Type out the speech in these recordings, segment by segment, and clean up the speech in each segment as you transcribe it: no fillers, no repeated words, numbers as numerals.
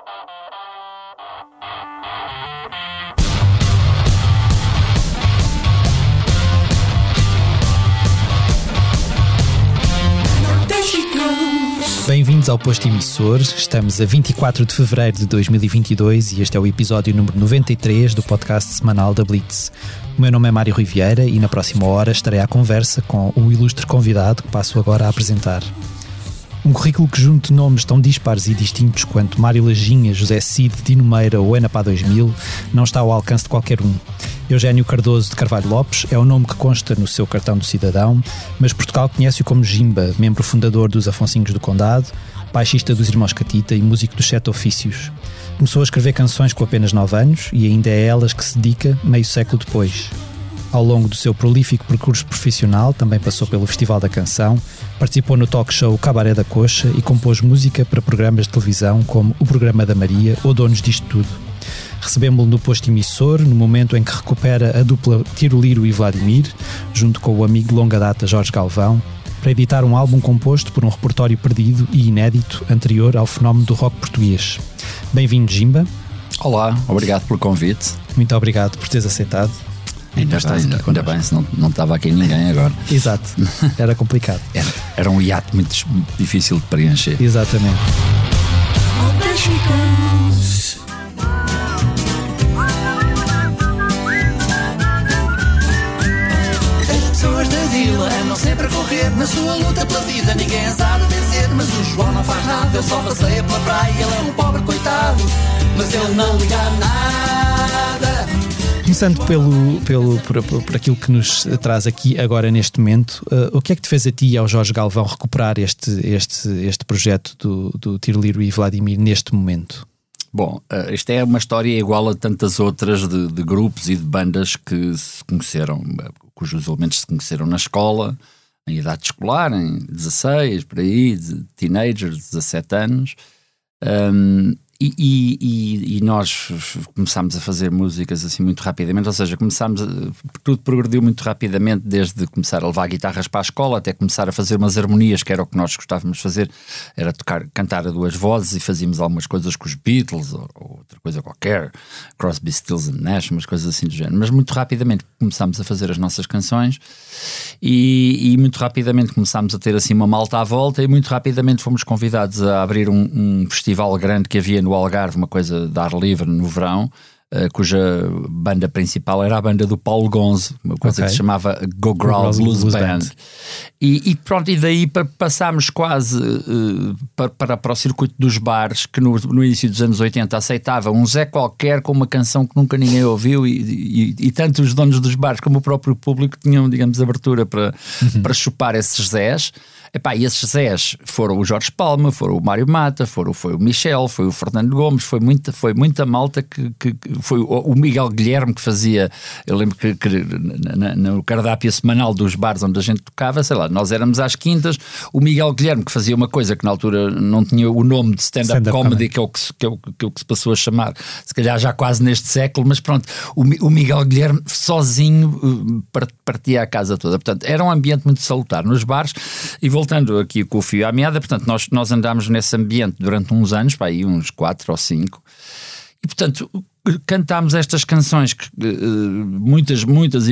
Bem-vindos ao Posto Emissor. Estamos a 24 de fevereiro de 2022 e este é o episódio número 93 do podcast semanal da Blitz. O meu nome é Mário Rui Vieira e na próxima hora estarei à conversa com o ilustre convidado que passo agora a apresentar. Um currículo que junte nomes tão dispares e distintos quanto Mário Lajinha, José Cid, Dino Meira ou Enapá 2000 não está ao alcance de qualquer um. Eugénio Cardoso de Carvalho Lopes é o nome que consta no seu cartão do cidadão, mas Portugal conhece-o como Jimba, membro fundador dos Afonsinhos do Condado, baixista dos Irmãos Catita e músico dos Sete Ofícios. Começou a escrever canções com apenas 9 anos e ainda é a elas que se dedica meio século depois. Ao longo do seu prolífico percurso profissional, também passou pelo Festival da Canção, participou no talk show Cabaré da Coxa e compôs música para programas de televisão como O Programa da Maria ou Donos Disto Tudo. Recebemos-lo no Posto Emissor, no momento em que recupera a dupla Tiroliro e Vladimir, junto com o amigo de longa data Jorge Galvão, para editar um álbum composto por um repertório perdido e inédito anterior ao fenómeno do rock português. Bem-vindo, Jimba. Olá, obrigado pelo convite. Muito obrigado por teres aceitado. Ainda bem, se não estava aqui ninguém agora. Exato, era complicado. Era um hiato muito difícil de preencher. Exatamente. Andam sempre a correr na sua luta pela vida. Ninguém sabe vencer, mas o João não faz nada. Ele só passeia pela praia, ele é um pobre coitado, mas ele não liga a nada. Começando por aquilo que nos traz aqui agora neste momento, o que é que te fez a ti e ao Jorge Galvão recuperar este projeto do Tiroliro e Vladimir neste momento? Bom, esta é uma história igual a tantas outras de grupos e de bandas que se conheceram, cujos elementos se conheceram na escola, em idade escolar, em 16, por aí, de teenagers, 17 anos. E nós começámos a fazer músicas assim muito rapidamente, ou seja, tudo progrediu muito rapidamente, desde começar a levar guitarras para a escola até começar a fazer umas harmonias, que era o que nós gostávamos de fazer, era cantar a duas vozes, e fazíamos algumas coisas com os Beatles ou outra coisa qualquer, Crosby, Stills and Nash, umas coisas assim do género. Mas muito rapidamente começámos a fazer as nossas canções e muito rapidamente começámos a ter assim uma malta à volta, e muito rapidamente fomos convidados a abrir um festival grande que havia no Algarve, uma coisa de ar livre no verão, cuja banda principal era a banda do Paulo Gonzo, uma coisa que se chamava Go Growl Blues Band. E pronto, e daí passámos quase para o circuito dos bares, que no início dos anos 80 aceitava um Zé qualquer com uma canção que nunca ninguém ouviu, e tanto os donos dos bares como o próprio público tinham, digamos, abertura para chupar esses Zés. E esses Zés foram o Jorge Palma, foram o Mário Mata, foi o Michel, foi o Fernando Gomes, foi muita malta, que foi o Miguel Guilherme que fazia. Eu lembro que no cardápio semanal dos bares onde a gente tocava, sei lá, nós éramos às quintas, o Miguel Guilherme que fazia uma coisa que na altura não tinha o nome de stand-up comedy, que é o que se passou a chamar, se calhar já quase neste século, mas pronto, o Miguel Guilherme sozinho partia a casa toda. Portanto, era um ambiente muito salutar nos bares. E voltando aqui com o fio à meada, portanto, nós andámos nesse ambiente durante uns anos, aí uns 4 ou 5, e portanto cantámos estas canções muitas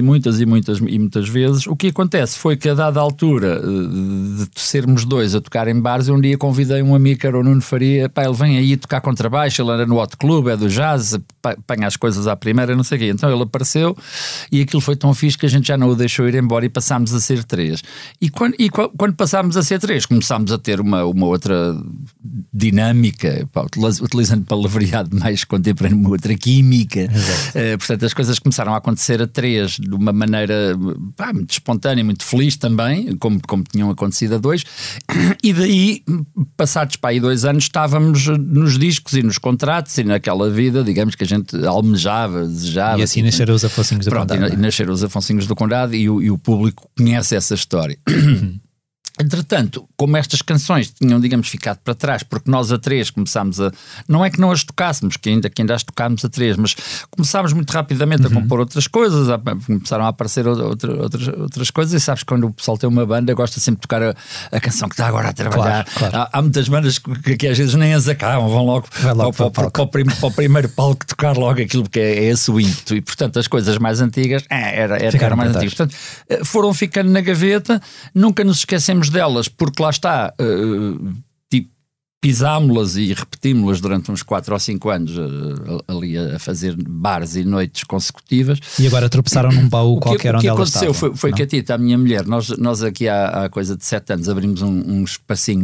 vezes. O que acontece foi que, a dada altura de sermos dois a tocar em bares, eu um dia convidei um amigo, que era o Nuno Faria, ele vem aí tocar contrabaixo, ele era no Hot Club, é do jazz, apanha as coisas à primeira, não sei o quê. Então ele apareceu e aquilo foi tão fixe que a gente já não o deixou ir embora e passámos a ser 3. E quando passámos a ser 3, começámos a ter uma outra dinâmica, utilizando palavreado mais contemporâneo, uma outra química. Portanto, as coisas começaram a acontecer a 3 de uma maneira muito espontânea, muito feliz também, como tinham acontecido a 2. E daí, passados para aí 2 anos, estávamos nos discos e nos contratos e naquela vida, digamos, que a gente almejava, desejava. E assim nasceram os Afonsinhos do Condado. E nasceram os Afonsinhos do Condado, e o público conhece essa história. Entretanto, como estas canções tinham, digamos, ficado para trás, porque nós a três começámos a... Não é que não as tocássemos, que ainda as tocámos a três, mas começámos muito rapidamente a compor outras coisas, começaram a aparecer outras coisas, e sabes, quando o pessoal tem uma banda, gosta sempre de tocar a canção que está agora a trabalhar. Claro. Há muitas bandas que às vezes nem as acabam, vão logo para o primeiro palco tocar logo aquilo, que é esse o ímpeto, e portanto as coisas mais antigas eram mais antigas. Portanto, foram ficando na gaveta, nunca nos esquecemos delas, porque lá está, pisámo-las e repetimos-las durante uns 4 ou 5 anos ali a fazer bares e noites consecutivas. E agora tropeçaram num baú qualquer onde elas estavam. O que aconteceu foi que a Tita, a minha mulher, nós aqui há coisa de 7 anos abrimos um espacinho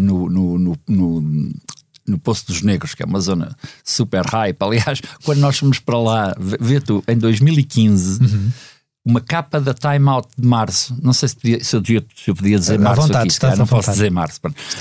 no Poço dos Negros, que é uma zona super hype. Aliás, quando nós fomos para lá, vê tu, em 2015... uma capa da Time Out de março, não sei se eu podia dizer março vontade, aqui, não posso dizer março.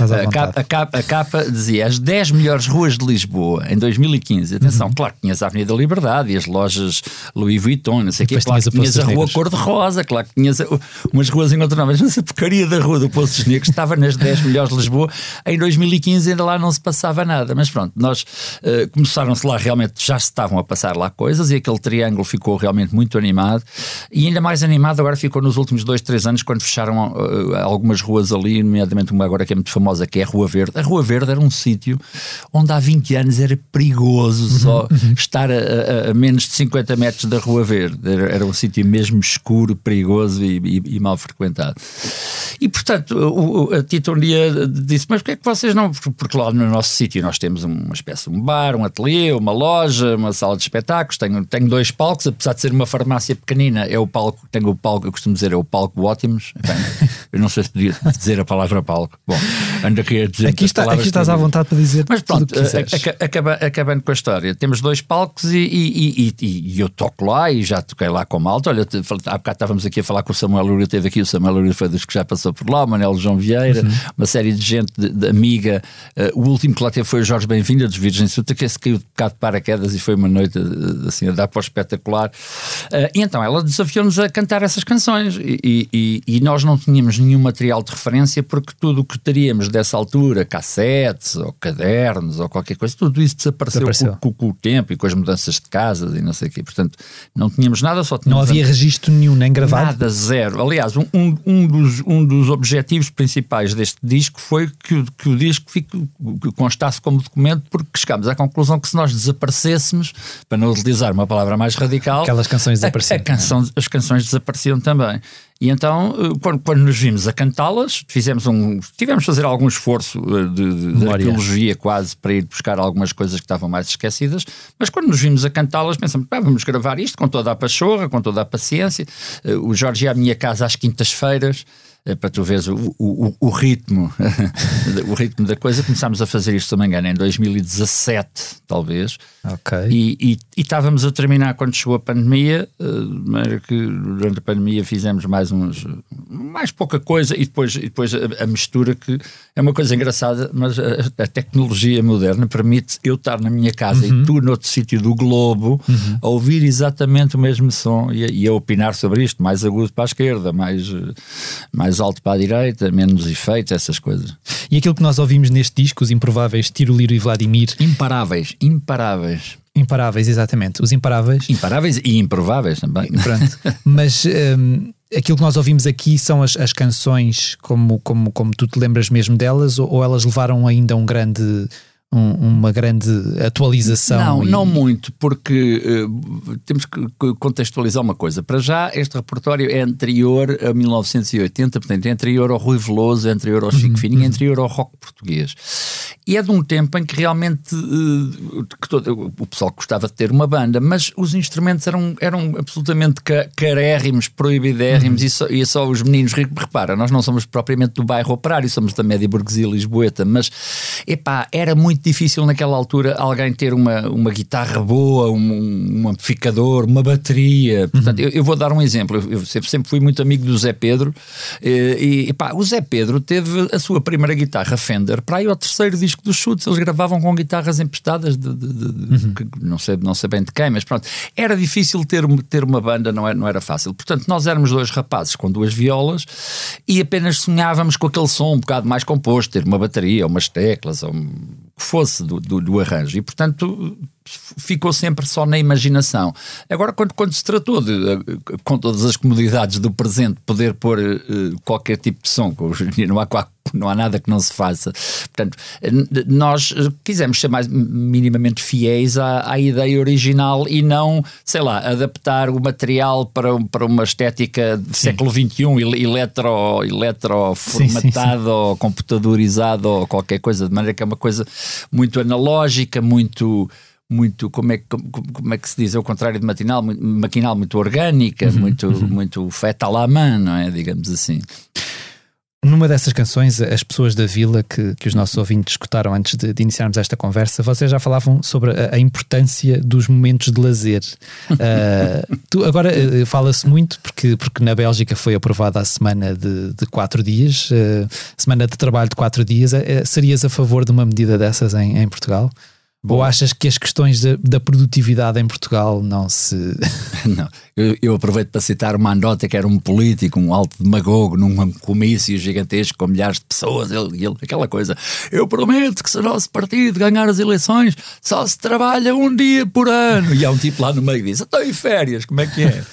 A capa dizia as 10 melhores ruas de Lisboa em 2015. Atenção, claro que tinhas a Avenida Liberdade e as lojas Louis Vuitton, não sei o quê, claro que tinhas a Rua Cor-de-Rosa, claro que tinhas umas ruas em outro nome, mas a porcaria da Rua do Poço dos Negros estava nas 10 melhores de Lisboa. Em 2015 ainda lá não se passava nada, mas pronto, nós começaram-se lá, realmente já se estavam a passar lá coisas, e aquele triângulo ficou realmente muito animado. E ainda mais animado agora ficou nos últimos 2, 3 anos, quando fecharam algumas ruas ali, nomeadamente uma agora que é muito famosa, que é a Rua Verde. A Rua Verde era um sítio onde há 20 anos era perigoso só estar a menos de 50 metros da Rua Verde. Era um sítio mesmo escuro, perigoso e mal frequentado. E portanto, a Tita um dia disse, mas porquê é que vocês não... Porque lá no nosso sítio nós temos uma espécie de um bar, um ateliê, uma loja, uma sala de espetáculos, tenho 2 palcos, apesar de ser uma farmácia pequenina, tenho o palco, eu costumo dizer, é o palco Ótimos. Bem, eu não sei se podia dizer a palavra palco. Bom, ando aqui a dizer... Aqui estás à vontade para dizer. Mas pronto, acabando com a história, temos 2 palcos e eu toco lá, e já toquei lá com malta. Olha, há bocado estávamos aqui a falar com o Samuel Lúria, teve aqui, o Samuel Lúria foi dos que já passou por lá, o Manel João Vieira, uma série de gente de amiga. O último que lá teve foi o Jorge Bem-vindo, dos Virgem Suta, que esse caiu de bocado de paraquedas e foi uma noite assim a dar para o espetacular. E então ela desafiou-nos a cantar essas canções, e nós não tínhamos nenhum material de referência, porque tudo o que teríamos dessa altura, cassetes ou cadernos ou qualquer coisa, tudo isso desapareceu. Com o tempo e com as mudanças de casas e não sei o quê. Portanto, não tínhamos nada, só tínhamos... Não havia registro nenhum, nem gravado? Nada, zero. Aliás, um dos objetivos principais deste disco foi que o disco que constasse como documento, porque chegámos à conclusão que se nós desaparecêssemos, para não utilizar uma palavra mais radical, aquelas canções desapareciam. As canções desapareciam também. E então, quando nos vimos a cantá-las, tivemos de fazer algum esforço de arqueologia quase, para ir buscar algumas coisas que estavam mais esquecidas, mas quando nos vimos a cantá-las, pensamos, vamos gravar isto com toda a pachorra, com toda a paciência. O Jorge ia à minha casa às quintas-feiras, para tu veres o ritmo o ritmo da coisa. Começámos a fazer isto, se não me engano, em 2017 talvez, e estávamos a terminar quando chegou a pandemia, mas que durante a pandemia fizemos mais pouca coisa, e depois a mistura, que é uma coisa engraçada, mas a tecnologia moderna permite eu estar na minha casa e tu noutro sítio do globo a ouvir exatamente o mesmo som e a opinar sobre isto, mais agudo para a esquerda, mais alto para a direita, menos efeitos, essas coisas. E aquilo que nós ouvimos neste disco, os improváveis Tiro Lírio e Vladimir... Imparáveis, exatamente. Os imparáveis... Imparáveis e improváveis também. Pronto. Mas aquilo que nós ouvimos aqui são as canções, como tu te lembras mesmo delas, ou elas levaram ainda uma grande atualização? Não muito, porque temos que contextualizar uma coisa. Para já, este repertório é anterior a 1980, portanto é anterior ao Rui Veloso, é anterior ao Chico Fininho, é anterior ao rock português. E é de um tempo em que realmente o pessoal gostava de ter uma banda, mas os instrumentos eram absolutamente carérrimos, proibidérrimos, e só os meninos ricos. Repara, nós não somos propriamente do bairro operário, somos da média burguesia lisboeta, mas era muito difícil naquela altura alguém ter uma guitarra boa, um amplificador, uma bateria. Portanto, eu vou dar um exemplo. Eu sempre fui muito amigo do Zé Pedro, o Zé Pedro teve a sua primeira guitarra Fender para aí ao 3º disco disco dos Chutes, eles gravavam com guitarras emprestadas que não sei bem de quem, mas pronto, era difícil ter uma banda, não era fácil. Portanto, nós éramos 2 rapazes com 2 violas e apenas sonhávamos com aquele som um bocado mais composto, ter uma bateria, umas teclas, ou o que fosse do arranjo, e portanto ficou sempre só na imaginação. Agora, quando se tratou de, com todas as comodidades do presente, poder pôr qualquer tipo de som, não há nada que não se faça. Portanto, nós quisemos ser mais minimamente fiéis à ideia original e não, sei lá, adaptar o material para uma estética do século XXI, eletroformatado ou computadorizado ou qualquer coisa, de maneira que é uma coisa muito analógica, muito como é que se diz, ao contrário de maquinal, muito orgânica, muito feita à la main, não é? Digamos assim. Numa dessas canções, As Pessoas da Vila, que os nossos ouvintes escutaram antes de iniciarmos esta conversa, vocês já falavam sobre a importância dos momentos de lazer. Agora fala-se muito, porque na Bélgica foi aprovada a semana de 4 dias, semana de trabalho de 4 dias. Serias a favor de uma medida dessas em Portugal? Ou achas que as questões da produtividade em Portugal não se... Não, eu aproveito para citar uma anedota que era um político, um alto demagogo, num comício gigantesco com milhares de pessoas, ele aquela coisa: eu prometo que se o nosso partido ganhar as eleições só se trabalha um dia por ano. E há um tipo lá no meio que diz: estou em férias, como é que é?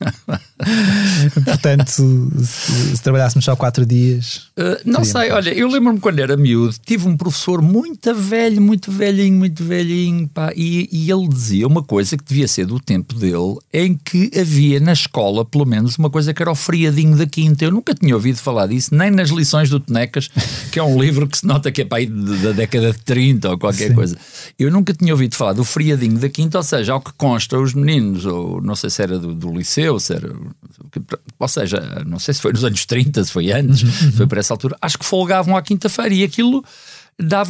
Portanto, se trabalhássemos só 4 dias... não sei, olha, eu lembro-me quando era miúdo, tive um professor muito velho, muito velhinho, pá, e ele dizia uma coisa que devia ser do tempo dele, em que havia na escola, pelo menos, uma coisa que era o feriadinho da quinta. Eu nunca tinha ouvido falar disso, nem nas lições do Tonecas, que é um livro que se nota que é para aí da década de 30 ou qualquer coisa. Eu nunca tinha ouvido falar do feriadinho da quinta, ou seja, ao que consta, os meninos, ou não sei se era do liceu, se era, ou seja, não sei se foi nos anos 30, se foi antes, se foi por essa altura, acho que folgavam à quinta-feira e aquilo dava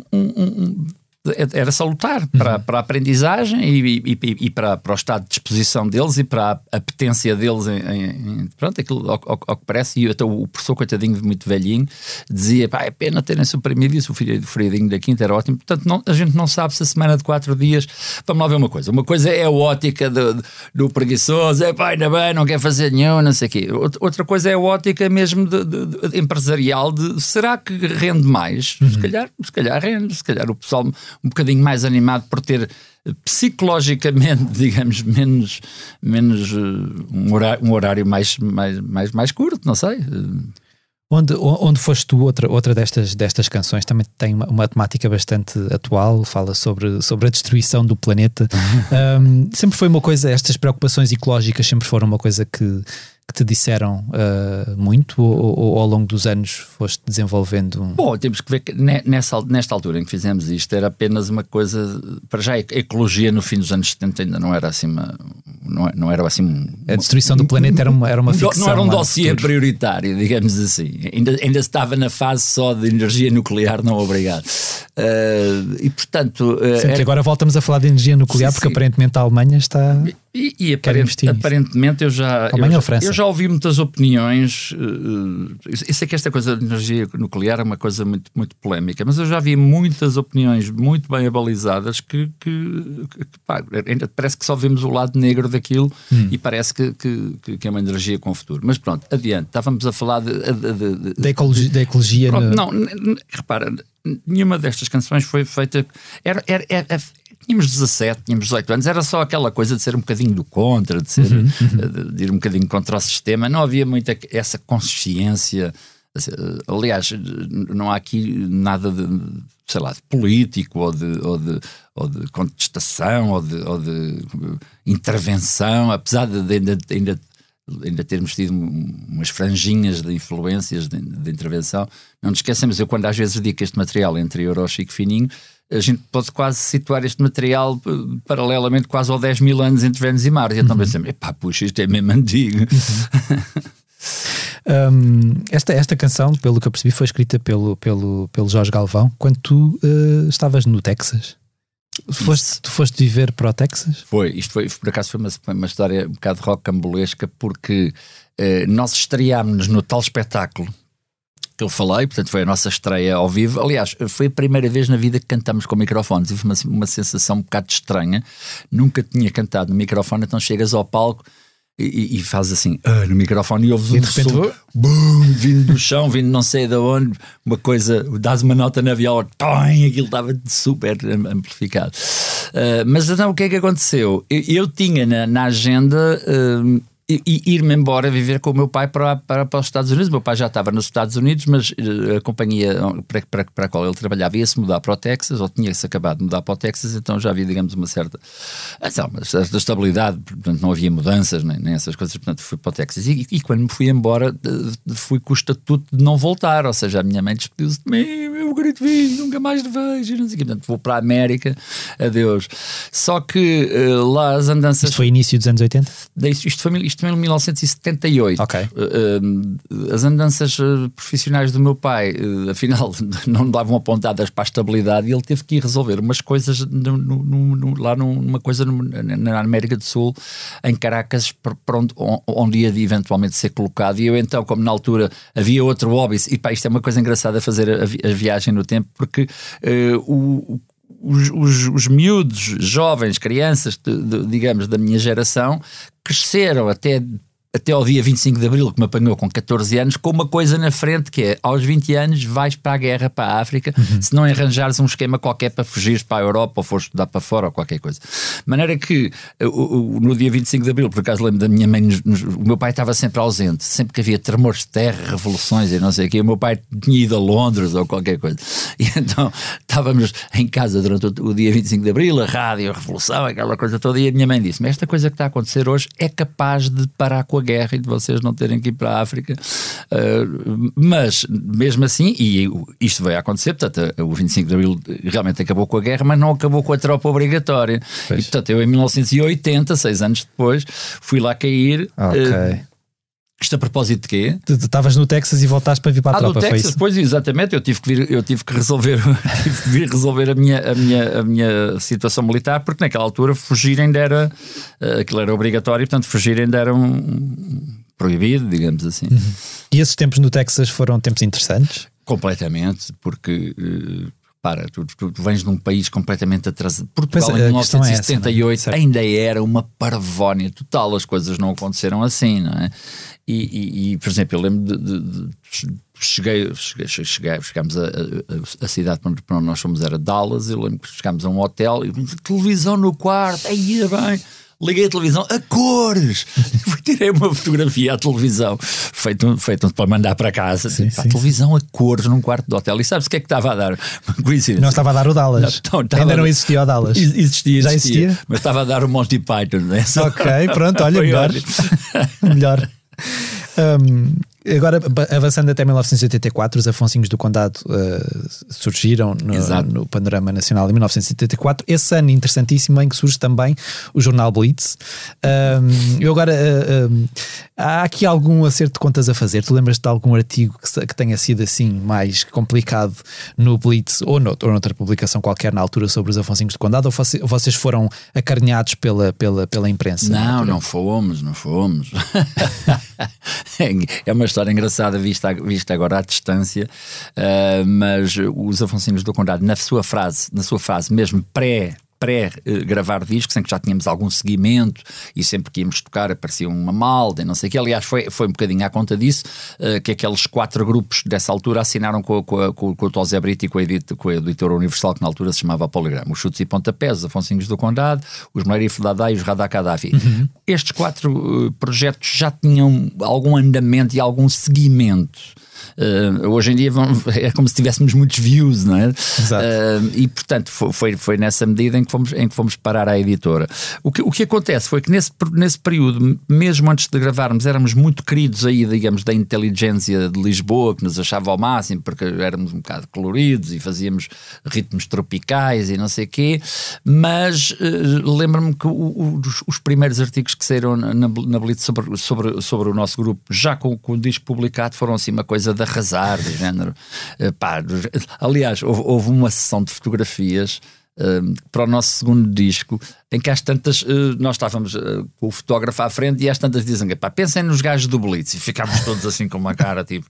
era salutar para a aprendizagem e para o estado de disposição deles e para a apetência deles pronto, aquilo ao que parece. E até o professor, coitadinho, muito velhinho, dizia: pá, é pena terem suprimido isso, o feriadinho da quinta era ótimo. Portanto, a gente não sabe se a semana de 4 dias... Vamos lá ver uma coisa é a ótica do preguiçoso, é pá, ainda bem, não quer fazer nenhum, não sei o quê. Outra coisa é a ótica mesmo de empresarial, será que rende mais? Se calhar rende, se calhar o pessoal um bocadinho mais animado por ter psicologicamente, digamos, menos um horário mais curto, não sei. Onde foste tu, outra destas canções também tem uma temática bastante atual, fala sobre a destruição do planeta. Sempre foi uma coisa, estas preocupações ecológicas sempre foram uma coisa que te disseram muito, ou ao longo dos anos foste desenvolvendo Bom, temos que ver que nesta altura em que fizemos isto era apenas uma coisa, para já a ecologia no fim dos anos 70 ainda não era assim não era assim a destruição do planeta era uma ficção. Não era um dossiê prioritário, digamos assim. Ainda estava na fase só de energia nuclear, não obrigado. E portanto... Sempre agora voltamos a falar de energia nuclear, porque aparentemente a Alemanha está... E aparentemente eu já ouvi muitas opiniões. Eu sei que esta coisa de energia nuclear é uma coisa muito, muito polémica, mas eu já vi muitas opiniões muito bem abalizadas que ainda parece que só vemos o lado negro daquilo e parece que é uma energia com futuro. Mas pronto, adiante, estávamos a falar da ecologia. Pronto, não, repara, nenhuma destas canções foi feita... Tínhamos 17, tínhamos 18 anos, era só aquela coisa de ser um bocadinho do contra, de ir um bocadinho contra o sistema, não havia muita essa consciência. Aliás, não há aqui nada de, sei lá, de político ou de contestação ou de intervenção, apesar de ainda termos tido umas franjinhas de influências de intervenção. Não nos esquecemos, eu quando às vezes digo que este material é anterior ao Chico Fininho, a gente pode quase situar este material paralelamente quase aos 10 mil anos entre Vênus e Marte. E então pensamos, puxa, isto é mesmo antigo. Esta canção, pelo que eu percebi, foi escrita pelo Jorge Galvão quando tu estavas no Texas. Tu foste viver para o Texas? Isto foi por acaso foi uma história um bocado rocambolesca, porque nós estreámos-nos no tal espetáculo que eu falei, portanto foi a nossa estreia ao vivo. Aliás, foi a primeira vez na vida que cantamos com microfones. Tive uma sensação um bocado estranha. Nunca tinha cantado no microfone, então chegas ao palco e fazes assim, no microfone, e ouves um som, boom, vindo do chão, vindo não sei de onde, uma coisa, dás uma nota na viola, toim, aquilo estava super amplificado. Mas então o que é que aconteceu? Eu tinha na agenda... ir-me embora viver com o meu pai para os Estados Unidos. O meu pai já estava nos Estados Unidos, mas a companhia para a qual ele trabalhava ia-se mudar para o Texas, ou tinha-se acabado de mudar para o Texas, então já havia, digamos, uma certa estabilidade, portanto não havia mudanças, nem essas coisas, portanto fui para o Texas. E quando me fui embora, fui com o estatuto de não voltar, ou seja, a minha mãe despediu-se de mim, eu querido filho, nunca mais te vejo, não sei o quê. Portanto vou para a América, adeus. Só que lá as andanças... Isto foi início dos anos 80? Isto foi em 1978. Okay. As andanças profissionais do meu pai, afinal, não davam apontadas para a estabilidade, e ele teve que ir resolver umas coisas lá numa coisa na América do Sul, em Caracas, onde ia eventualmente ser colocado. E eu então, como na altura havia outro hobby, e pá, isto é uma coisa engraçada, fazer a viagem no tempo, porque os miúdos, jovens, crianças, digamos, da minha geração, cresceram até ao dia 25 de Abril, que me apanhou com 14 anos, com uma coisa na frente, que é, aos 20 anos vais para a guerra, para a África, se não arranjares um esquema qualquer para fugires para a Europa, ou fores estudar para fora, ou qualquer coisa. De maneira que, no dia 25 de Abril, por acaso lembro da minha mãe, o meu pai estava sempre ausente, sempre que havia tremores de terra, revoluções e não sei o quê, o meu pai tinha ido a Londres, ou qualquer coisa. E então, estávamos em casa durante o dia 25 de Abril, a rádio, a revolução, aquela coisa toda, e a minha mãe disse-me, esta coisa que está a acontecer hoje é capaz de parar com a guerra e de vocês não terem que ir para a África, mas mesmo assim, e isto veio a acontecer, portanto o 25 de Abril realmente acabou com a guerra, mas não acabou com a tropa obrigatória. Pois. E portanto eu em 1980, 6 anos depois, fui lá cair. Isto a propósito de quê? Tu estavas no Texas e voltaste para vir para a tropa, no Texas, pois exatamente, eu tive que vir resolver a minha situação militar, porque naquela altura fugir ainda era, aquilo era obrigatório, portanto fugir ainda era proibido, digamos assim. E esses tempos no Texas foram tempos interessantes? Completamente, porque... tu vens de um país completamente atrasado. Portugal em 1978 essa, ainda era uma parvónia total, as coisas não aconteceram assim, não é? E por exemplo, eu lembro chegámos a cidade para onde nós fomos era Dallas. Eu lembro que chegámos a um hotel e televisão no quarto, aí bem. Liguei a televisão a cores. Tirei uma fotografia à televisão, feito para mandar para casa. Sim. Televisão a cores num quarto de hotel. E sabes o que é que estava a dar? Não estava a dar o Dallas. Ainda não existia o Dallas. Existia. Já existia? Mas estava a dar o Monty Python. Não é? Ok, pronto, olha, melhor. Agora, avançando até 1984, os Afonsinhos do Condado surgiram no panorama nacional em 1984. Esse ano interessantíssimo em que surge também o jornal Blitz. Há aqui algum acerto de contas a fazer? Tu lembras-te de algum artigo que tenha sido assim mais complicado no Blitz ou noutra publicação qualquer na altura sobre os Afonsinhos do Condado, ou vocês foram acarinhados pela imprensa? Não fomos. É uma história engraçada vista agora à distância, mas os Afonsinhos do Condado, na sua fase mesmo pré-gravar discos, em que já tínhamos algum seguimento e sempre que íamos tocar aparecia uma malda e não sei o que. Aliás, foi um bocadinho à conta disso que aqueles 4 grupos dessa altura assinaram com o Tosé Brito e com a editora Universal, que na altura se chamava Poligrama. Os Chutes e Pontapés, os Afonsinhos do Condado, os Moreira e Fedadá e os Radá Gaddafi. Estes 4 projetos já tinham algum andamento e algum seguimento. Hoje em dia é como se tivéssemos muitos views, não é? Exato. E portanto foi nessa medida em que fomos parar à editora. O que acontece foi que nesse período, mesmo antes de gravarmos, éramos muito queridos aí, digamos, da inteligência de Lisboa, que nos achava ao máximo, porque éramos um bocado coloridos e fazíamos ritmos tropicais e não sei o quê, mas lembro-me que os primeiros artigos que saíram na Blitz sobre o nosso grupo, já com o disco publicado, foram assim uma coisa de arrasar, do género. Aliás, houve uma sessão de fotografias para o nosso segundo disco, em que às tantas nós estávamos com o fotógrafo à frente e às tantas dizem, pensem nos gajos do Blitz, e ficámos todos assim com uma cara tipo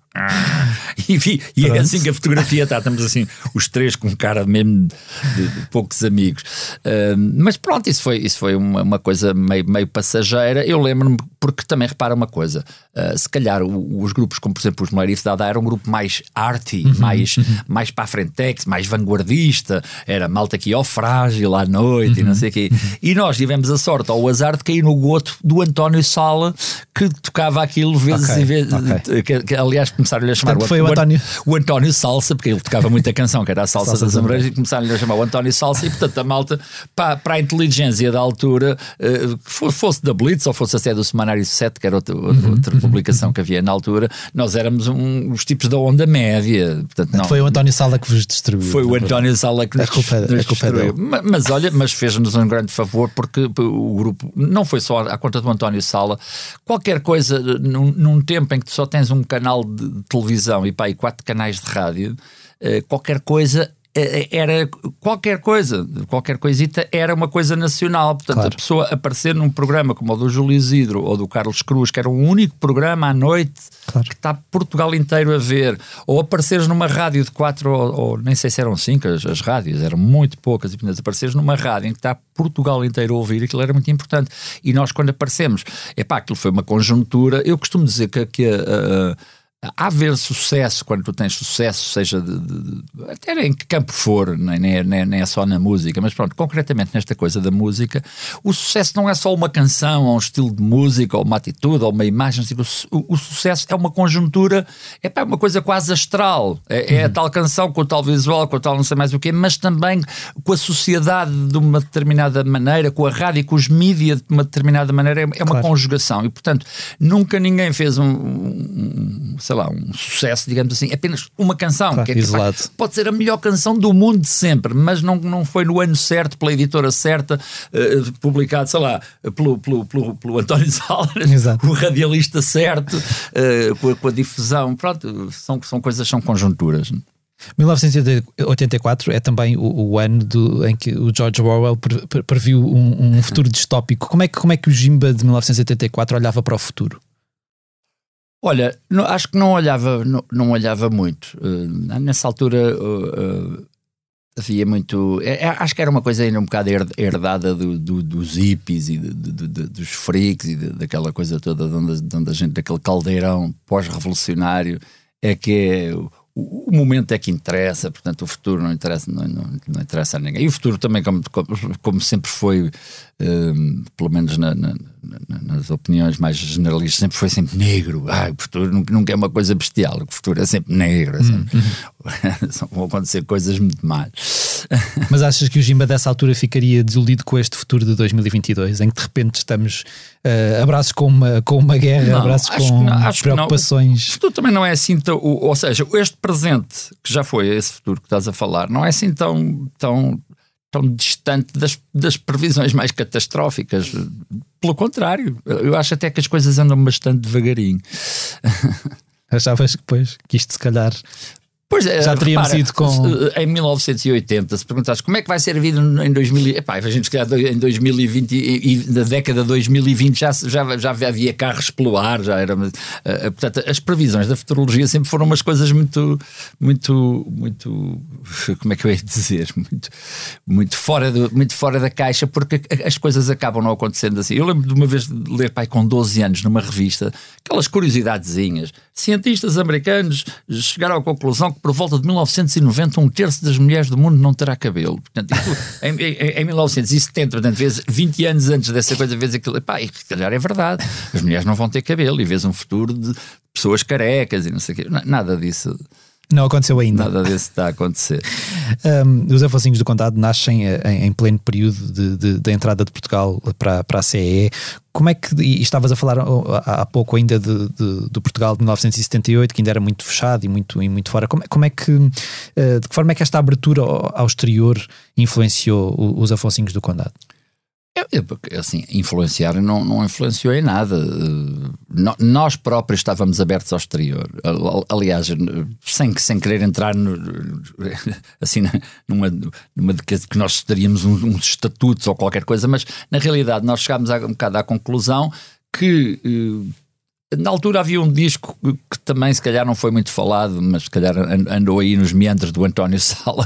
e é assim que a fotografia está, estamos assim os três com cara mesmo de poucos amigos, mas pronto, isso foi uma coisa meio passageira. Eu lembro-me, porque também repara uma coisa, se calhar os grupos como por exemplo os Moleirife Dada era um grupo mais arty, mais para a frentex, mais vanguardista, era malta aqui ao frágil à noite e não sei o quê. E nós tivemos a sorte ou o azar de cair no goto do António Sala, que tocava aquilo vezes e vezes. Que, aliás, começaram-lhe a chamar o António Salsa, porque ele tocava muita canção, que era a Salsa das Amoreiras, e começaram-lhe a chamar o António Salsa. E portanto a malta, para a inteligência da altura, fosse da Blitz ou fosse até do Semanário 7, que era outra publicação que havia na altura, nós éramos os tipos da onda média. Portanto, não, foi o António Sala que vos destruiu. Foi o António Sala que nos destruiu. Mas olha, mas fez-nos um grande favor, porque o grupo não foi só à conta do António Sala. Qualquer coisa, num tempo em que tu só tens um canal de televisão e 4 canais de rádio, qualquer coisa era qualquer coisita era uma coisa nacional. Portanto, claro, a pessoa aparecer num programa como o do Júlio Isidro ou do Carlos Cruz, que era o único programa à noite, claro, que está Portugal inteiro a ver, ou apareceres numa rádio de 4 ou nem sei se eram 5 as rádios, eram muito poucas, e portanto apareceres numa rádio em que está Portugal inteiro a ouvir, aquilo era muito importante. E nós, quando aparecemos, aquilo foi uma conjuntura. Eu costumo dizer que há haver sucesso, quando tu tens sucesso, seja até em que campo for, nem é só na música, mas pronto, concretamente nesta coisa da música, o sucesso não é só uma canção, ou um estilo de música, ou uma atitude, ou uma imagem. O sucesso é uma conjuntura, é uma coisa quase astral, é a tal canção com o tal visual, com o tal não sei mais o quê, mas também com a sociedade de uma determinada maneira, com a rádio, com os mídias de uma determinada maneira, é uma claro, conjugação. E portanto, nunca ninguém fez um sucesso, digamos assim, apenas uma canção, claro, que pode ser a melhor canção do mundo de sempre, mas não foi no ano certo, pela editora certa, publicado, pelo António Salles, o radialista certo, com a difusão. Pronto, são coisas, são conjunturas. 1984 é também o ano em que o George Orwell previu um futuro distópico. Como é que o Jimba de 1984 olhava para o futuro? Olha, acho que não olhava muito. Nessa altura havia muito. Acho que era uma coisa ainda um bocado herdada dos hippies e dos freaks e daquela coisa toda, de onde a gente, daquele caldeirão pós-revolucionário, o momento é que interessa. Portanto, o futuro não interessa a ninguém. E o futuro também, como sempre foi, pelo menos nas opiniões mais generalistas, sempre foi negro. O futuro nunca é uma coisa bestial. O futuro é sempre negro. Vão acontecer coisas muito más. Mas achas que o Jimba dessa altura ficaria desiludido com este futuro de 2022, em que de repente estamos abraços com uma guerra, abraços com preocupações? O futuro também não é assim ou seja, este presente, que já foi esse futuro que estás a falar, não é assim tão distante das previsões mais catastróficas. Pelo contrário, eu acho até que as coisas andam bastante devagarinho. Achavas que isto se calhar... Pois é, já teríamos ido com... Em 1980, se perguntares como é que vai ser a vida em 2000, a gente se calhar em 2020 e na década de 2020 já havia carros pelo ar, já era... Portanto, as previsões da futurologia sempre foram umas coisas muito, como é que eu ia dizer? Muito fora da caixa, porque as coisas acabam não acontecendo assim. Eu lembro de uma vez de ler, com 12 anos, numa revista, aquelas curiosidadezinhas. Cientistas americanos chegaram à conclusão que por volta de 1990 um terço das mulheres do mundo não terá cabelo. Portanto, em 1970, portanto, vês 20 anos antes dessa coisa, vês aquilo, e se calhar é verdade, as mulheres não vão ter cabelo, e vês um futuro de pessoas carecas e não sei o quê. Nada disso. Não aconteceu ainda. Nada disso está a acontecer. Os Afonsinhos do Condado nascem em pleno período da entrada de Portugal para a CEE. Como é que, e estavas a falar há pouco ainda do Portugal de 1978, que ainda era muito fechado e muito fora, como é que, de que forma é que esta abertura ao exterior influenciou os Afonsinhos do Condado? Assim, influenciar não influenciou em nada. Nós próprios estávamos abertos ao exterior. Aliás, sem querer entrar assim, numa de que nós teríamos uns estatutos ou qualquer coisa, mas na realidade nós chegámos um bocado à conclusão que na altura havia um disco que também se calhar não foi muito falado, mas se calhar andou aí nos meandros do António Sala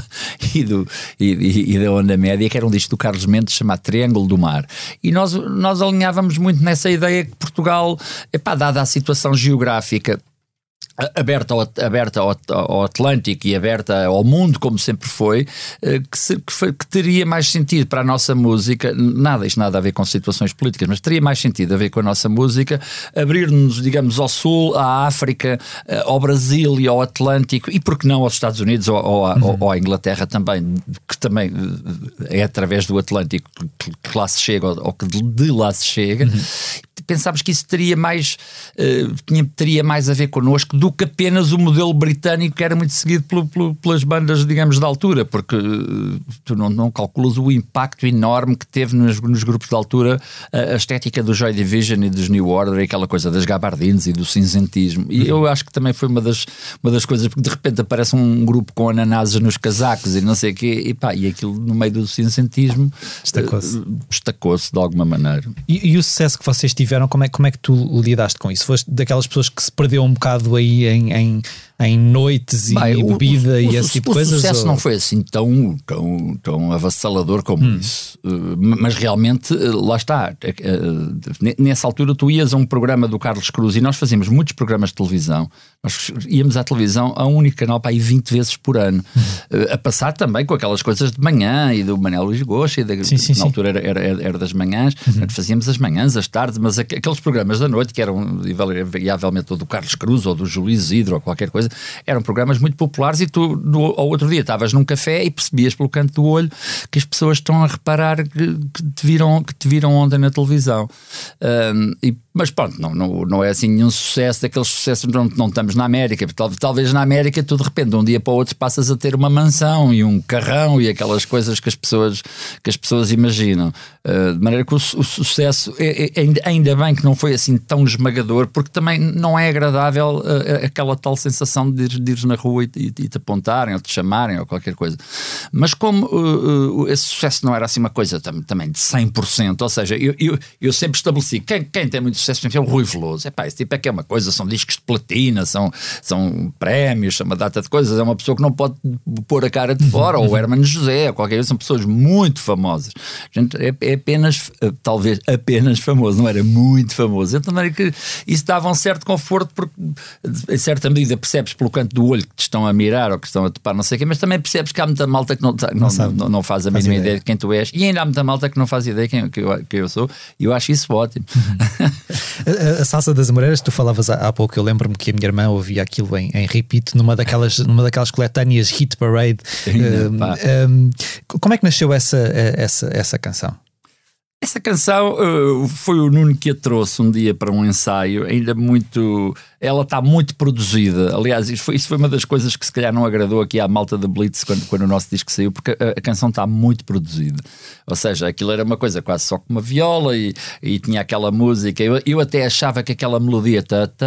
e da Onda Média, que era um disco do Carlos Mendes chamado Triângulo do Mar. E nós alinhávamos muito nessa ideia que Portugal, dada a situação geográfica, aberta ao Atlântico e aberta ao mundo, como sempre foi, que teria mais sentido para a nossa música, isto nada a ver com situações políticas, mas teria mais sentido a ver com a nossa música, abrir-nos, digamos, ao Sul, à África, ao Brasil e ao Atlântico, e por que não aos Estados Unidos ou à Inglaterra também, que também é através do Atlântico que lá se chega, ou que de lá se chega. Pensámos que isso teria mais a ver connosco do que apenas o modelo britânico, que era muito seguido pelas bandas, digamos, da altura, porque tu não calculas o impacto enorme que teve nos grupos da altura a estética do Joy Division e dos New Order, e aquela coisa das gabardines e do cinzentismo. E eu acho que também foi uma das coisas, porque de repente aparece um grupo com ananases nos casacos e não sei o quê, e aquilo no meio do cinzentismo destacou-se de alguma maneira. E o sucesso que vocês tiveram, como é que tu lidaste com isso? Foste daquelas pessoas que se perdeu um bocado aí em noites e bebida e esse tipo de coisas? O sucesso não foi assim tão avassalador como isso. Mas realmente, lá está. Nessa altura tu ias a um programa do Carlos Cruz, e nós fazíamos muitos programas de televisão. Nós íamos à televisão a um único canal para aí 20 vezes por ano. A passar também com aquelas coisas de manhã e do Manuel Luís Goxa, na altura era das manhãs. Fazíamos as manhãs, as tardes, mas aqueles programas da noite que eram invariavelmente ou do Carlos Cruz ou do Júlio Isidro ou qualquer coisa, eram programas muito populares, e tu ao outro dia estavas num café e percebias pelo canto do olho que as pessoas estão a reparar que te viram ontem na televisão. Mas pronto, não é assim nenhum sucesso, daqueles sucessos. Não estamos na América. Talvez na América tu de repente de um dia para o outro passas a ter uma mansão e um carrão e aquelas coisas que as pessoas imaginam. De maneira que o sucesso ainda bem que não foi assim tão esmagador, porque também não é agradável aquela tal sensação de ires na rua e te apontarem ou te chamarem ou qualquer coisa. Mas como esse sucesso não era assim uma coisa também de 100%, ou seja, eu sempre estabeleci quem tem muito sucesso é o Rui Veloso. Esse tipo é que é uma coisa, são discos de platina, são prémios, são uma data de coisas, é uma pessoa que não pode pôr a cara de fora, ou o Hermano José, ou qualquer coisa, são pessoas muito famosas. Gente, é apenas, talvez apenas famoso, não era muito famoso. Então, que isso dava um certo conforto, porque em certa medida percebes pelo canto do olho que te estão a mirar ou que estão a topar, não sei o quê, mas também percebes que há muita malta que não faz a mínima ideia de quem tu és, e ainda há muita malta que não faz ideia de quem eu sou, e eu acho isso ótimo. A Salsa das Amoreiras, tu falavas há pouco, eu lembro-me que a minha irmã ouvia aquilo em repeat numa daquelas coletâneas Hit Parade. Como é que nasceu essa canção? Essa canção foi o Nuno que a trouxe um dia para um ensaio, ainda muito... Ela está muito produzida. Aliás, isso foi uma das coisas que se calhar não agradou aqui à malta da Blitz quando o nosso disco saiu, porque a canção está muito produzida. Ou seja, aquilo era uma coisa quase só com uma viola e tinha aquela música. Eu até achava que aquela melodia...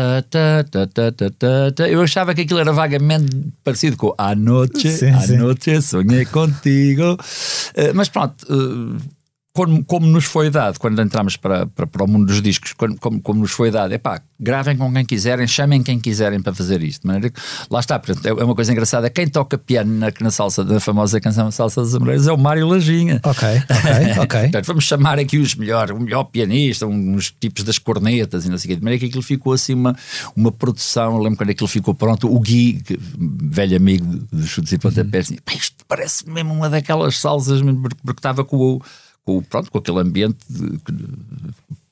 eu achava que aquilo era vagamente parecido com Anoche sonhei contigo. Mas pronto... Como nos foi dado, quando entramos para o mundo dos discos, como nos foi dado, gravem com quem quiserem, chamem quem quiserem para fazer isto. De maneira que, lá está, portanto, é uma coisa engraçada. Quem toca piano na salsa, da famosa canção Salsa das Amoreiras, é o Mário Lajinha. Ok. Portanto, vamos chamar aqui o melhor pianista, uns tipos das cornetas e não sei o quê. De maneira que aquilo ficou assim uma produção. Eu lembro quando aquilo ficou pronto, o Gui, velho amigo dos Chutes e Pontapés, disse, isto parece mesmo uma daquelas salsas, porque estava com aquele ambiente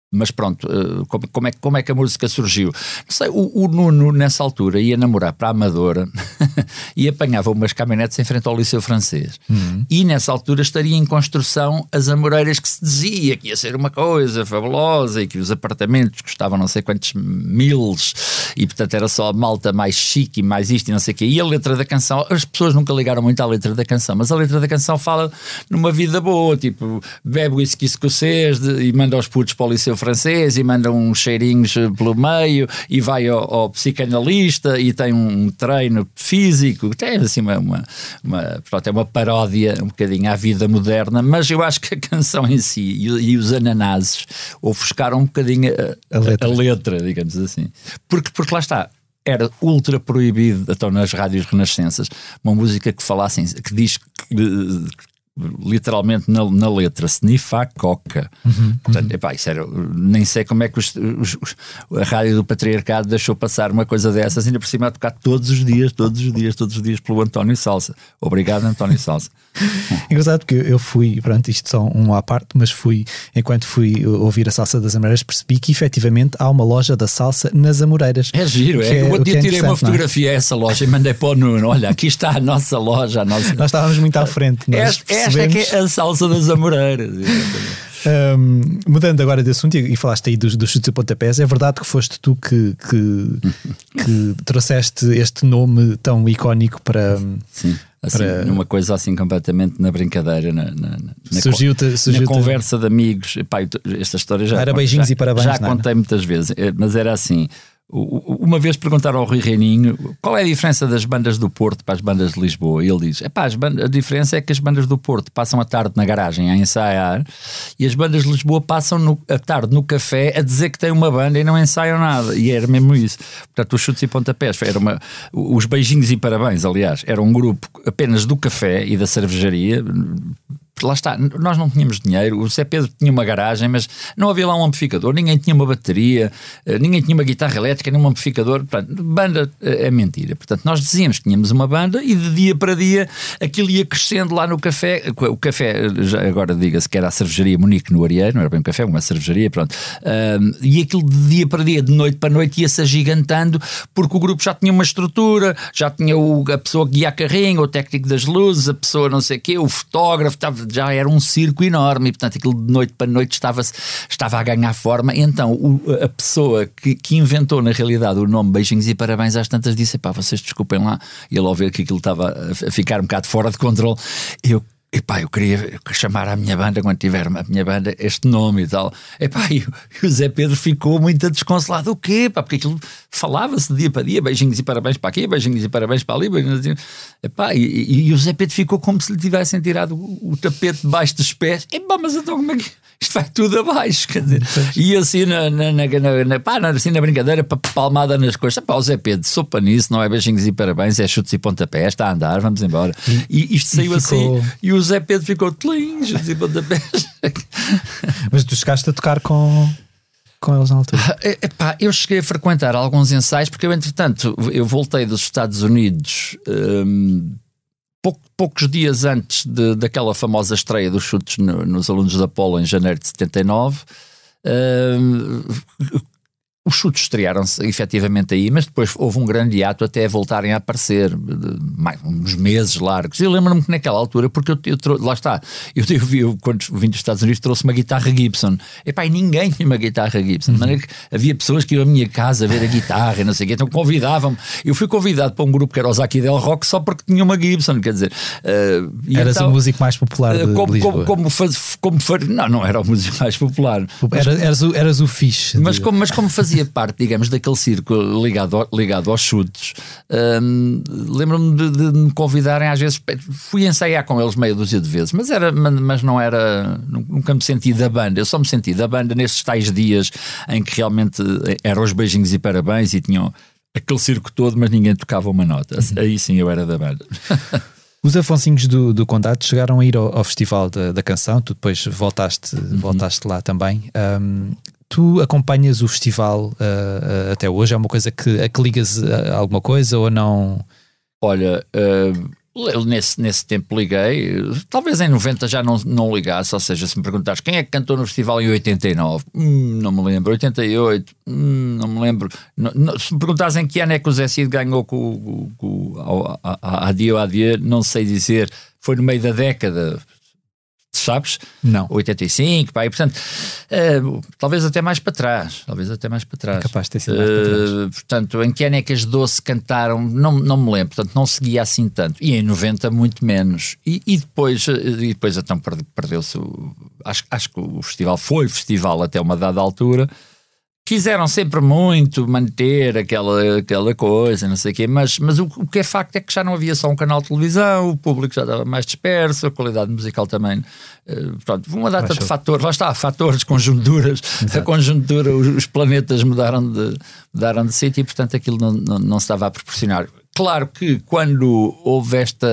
Mas pronto, como é que a música surgiu? Não sei, o Nuno nessa altura ia namorar para a Amadora e apanhava umas caminhonetes em frente ao Liceu Francês. E nessa altura estaria em construção as Amoreiras, que se dizia que ia ser uma coisa fabulosa e que os apartamentos custavam não sei quantos miles e portanto era só a malta mais chique e mais isto e não sei o quê. E a letra da canção, as pessoas nunca ligaram muito à letra da canção, mas a letra da canção fala numa vida boa, tipo, bebe whisky escocês e manda os putos para o Liceu Francês e manda uns cheirinhos pelo meio e vai ao psicanalista e tem um treino físico, tem assim pronto, é uma paródia um bocadinho à vida moderna, mas eu acho que a canção em si e os ananases ofuscaram um bocadinho a letra, digamos assim, porque lá está, era ultra proibido, então nas rádios renascenças, uma música que falasse, que diz literalmente na letra, sniffa a coca. Portanto, epá, isso era, nem sei como é que a rádio do patriarcado deixou passar uma coisa dessas, ainda por cima a tocar todos os dias pelo António Salsa. Obrigado, António Salsa. Engraçado porque eu fui, pronto, isto só um à parte, mas enquanto fui ouvir a Salsa das Amoreiras, percebi que efetivamente há uma loja da salsa nas Amoreiras. É giro, eu outro dia tirei uma fotografia a essa loja e mandei para o Nuno, olha, aqui está a nossa loja. Nós estávamos muito à frente. Esta é que é a Salsa das Amoreiras. Mudando agora de assunto, e falaste aí dos chutes e pontapés, é verdade que foste tu que trouxeste este nome tão icónico para... Sim. Assim, numa coisa assim completamente na brincadeira, na conversa de amigos. Epá, esta história já era beijinhos e parabéns, já contei muitas vezes, mas era assim. Uma vez perguntaram ao Rui Reininho qual é a diferença das bandas do Porto para as bandas de Lisboa, e ele diz, a diferença é que as bandas do Porto passam a tarde na garagem a ensaiar e as bandas de Lisboa passam a tarde no café a dizer que têm uma banda e não ensaiam nada, e era mesmo isso. Portanto, os chutes e pontapés os beijinhos e parabéns, aliás, era um grupo apenas do café e da cervejaria. Lá está, nós não tínhamos dinheiro, o Zé Pedro tinha uma garagem, mas não havia lá um amplificador, ninguém tinha uma bateria, ninguém tinha uma guitarra elétrica, nem um amplificador. Portanto, banda é mentira. Portanto, nós dizíamos que tínhamos uma banda e de dia para dia aquilo ia crescendo lá no café. O café, já agora diga-se que era a cervejaria Munique no Arieiro, não era bem um café, uma cervejaria, pronto. E aquilo de dia para dia, de noite para noite, ia-se agigantando, porque o grupo já tinha uma estrutura, já tinha a pessoa que guia a carrinho, o técnico das luzes, a pessoa não sei o quê, o fotógrafo, já era um circo enorme e portanto aquilo de noite para noite estava a ganhar forma. E então a pessoa que inventou na realidade o nome Beijinhos e Parabéns às tantas disse, vocês desculpem lá, e ele ao ver que aquilo estava a ficar um bocado fora de controle, eu queria chamar à minha banda, quando tiver a minha banda, este nome e tal. E o Zé Pedro ficou muito desconsolado. O quê? Porque aquilo falava-se de dia para dia, beijinhos e parabéns para aqui, beijinhos e parabéns para ali. E o Zé Pedro ficou como se lhe tivessem tirado o tapete debaixo dos pés. Mas então como é que isto vai tudo abaixo? Quer dizer, e assim assim na brincadeira, palmada nas coisas. O Zé Pedro, sopa nisso, não é beijinhos e parabéns, é chutes e pontapés, está a andar, vamos embora. E isto saiu assim, e o Zé Pedro ficou chutes e pontapés. Mas tu chegaste a tocar com eles na altura? Eu cheguei a frequentar alguns ensaios, porque eu entretanto eu voltei dos Estados Unidos poucos dias antes daquela famosa estreia dos chutes nos Alunos da Apolo em janeiro de 79. Os chutes estrearam-se efetivamente aí, mas depois houve um grande hiato até voltarem a aparecer, uns meses largos. Eu lembro-me que naquela altura, porque lá está, eu quando vim dos Estados Unidos trouxe uma guitarra Gibson. E ninguém tinha uma guitarra Gibson. De maneira que havia pessoas que iam à minha casa ver a guitarra e não sei o quê, então convidavam-me. Eu fui convidado para um grupo que era o Zaki Del Rock só porque tinha uma Gibson, quer dizer... Eras então, o músico mais popular de Lisboa. Não era o músico mais popular. Eras o fixe. Mas como fazia parte, digamos, daquele círculo ligado aos chutes, lembro-me de me convidarem às vezes. Fui ensaiar com eles meia dúzia de vezes, mas não era, nunca me senti da banda. Eu só me senti da banda nesses tais dias em que realmente eram os beijinhos e parabéns e tinham aquele circo todo, mas ninguém tocava uma nota. Aí sim eu era da banda. Os Afonsinhos do Condado chegaram a ir ao Festival da Canção, tu depois voltaste lá também. Tu acompanhas o festival até hoje? É uma coisa que ligas a alguma coisa ou não? Olha, Nesse tempo liguei, talvez em 90 já não ligasse, ou seja, se me perguntares quem é que cantou no festival em 89, não me lembro, 88, não me lembro, se me perguntares em que ano é que o Zé Cid ganhou com Adieu, não sei dizer, foi no meio da década, sabes? Não. 85, pá, e portanto, talvez até mais para trás. É capaz de ter sido mais para trás. Portanto, em que ano é que as Doce cantaram? Não me lembro, portanto, não seguia assim tanto. E em 90, muito menos. E depois então perdeu-se. Acho que o festival foi festival até uma dada altura. Quiseram sempre muito manter aquela coisa, não sei o quê, mas o que é facto é que já não havia só um canal de televisão, o público já estava mais disperso, a qualidade musical também, pronto, uma data de fatores, lá está, fatores, conjunturas, a conjuntura, os planetas mudaram de sítio e portanto aquilo não se estava a proporcionar. Claro que quando houve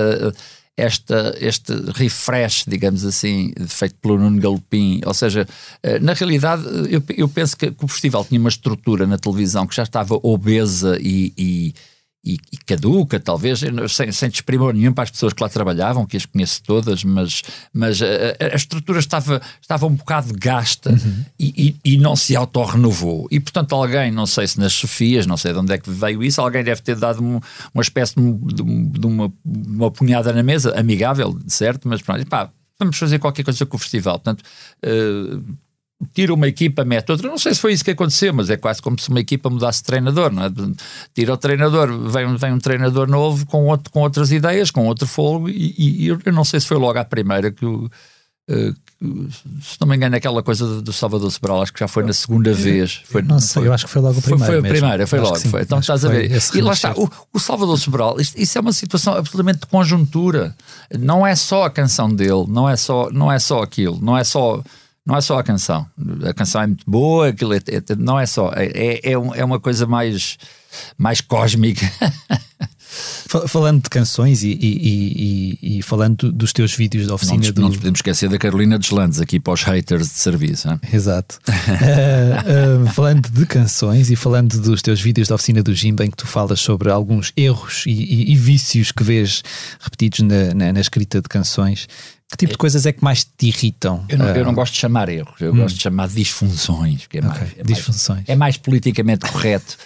este refresh, digamos assim, feito pelo Nuno Galopim, ou seja, na realidade eu penso que o festival tinha uma estrutura na televisão que já estava obesa e caduca, talvez, sem desprimor nenhum para as pessoas que lá trabalhavam, que as conheço todas, mas a estrutura estava um bocado gasta e não se autorrenovou. E, portanto, alguém, não sei se nas Sofias, não sei de onde é que veio isso, alguém deve ter dado uma espécie de uma punhada na mesa, amigável, certo? Mas, pronto, pá, vamos fazer qualquer coisa com o festival. Portanto, tira uma equipa, mete outra. Não sei se foi isso que aconteceu, mas é quase como se uma equipa mudasse de treinador, não é? Tira o treinador, vem um treinador novo com outras ideias, com outro fogo, e eu não sei se foi logo à primeira que se não me engano, aquela coisa do Salvador Sobral, acho que já foi na segunda vez. Não sei, eu acho que foi logo a primeira. Foi a primeira, foi logo. Foi. Então estás a ver. E lá está, o Salvador Sobral, isso é uma situação absolutamente de conjuntura. Não é só a canção dele, não é só aquilo, não é só a canção. A canção é muito boa, aquilo não é só. É uma coisa mais cósmica. Falando de canções e falando dos teus vídeos da oficina não nos podemos esquecer da Carolina Deslandes aqui para os haters de serviço, hein? Exato. Falando de canções e falando dos teus vídeos da oficina do Jimba, em que tu falas sobre alguns erros e vícios que vês repetidos na escrita de canções, que tipo de coisas é que mais te irritam? Eu não gosto de chamar erros, eu gosto de chamar disfunções, que disfunções. É mais politicamente correto.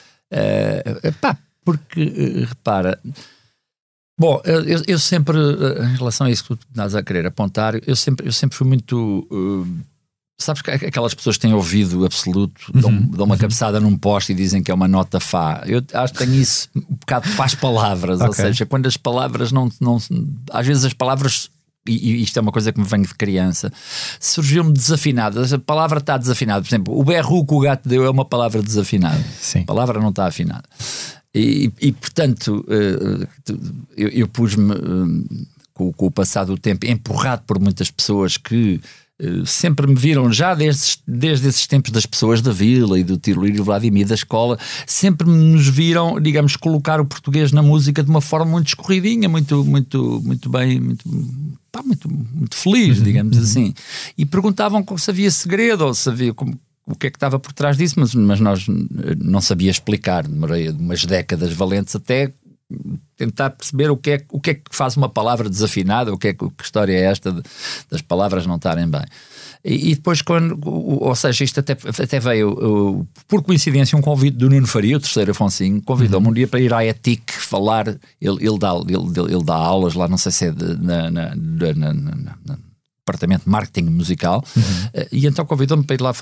Porque, repara, bom, eu sempre, em relação a isso que tu estás a querer apontar, eu sempre fui muito, sabes que aquelas pessoas que têm ouvido absoluto, dão uma cabeçada num poste e dizem que é uma nota Fá. Eu acho que tenho isso um bocado para as palavras, ou seja, quando as palavras não às vezes as palavras, e isto é uma coisa que me vem de criança, surgiu-me desafinada. A palavra está desafinada. Por exemplo, o berro que o gato deu é uma palavra desafinada. Sim. A palavra não está afinada. E portanto, eu pus-me com o passar do tempo empurrado por muitas pessoas que sempre me viram, já desde esses tempos das pessoas da vila e do Tirolírio Vladimir da escola, sempre nos viram, digamos, colocar o português na música de uma forma muito escorridinha, muito bem, muito feliz, digamos assim. E perguntavam se havia segredo ou se havia o que é que estava por trás disso, mas nós não sabia explicar. Demorei umas décadas valentes até tentar perceber o que é que faz uma palavra desafinada, que história é esta das palavras não estarem bem. E depois, ou seja, isto até veio, por coincidência, um convite do Nuno Faria, o terceiro Afonsinho, convidou-me um dia para ir à ETIC falar. Ele dá aulas lá, não sei se é departamento de marketing musical, e então convidou-me para ir lá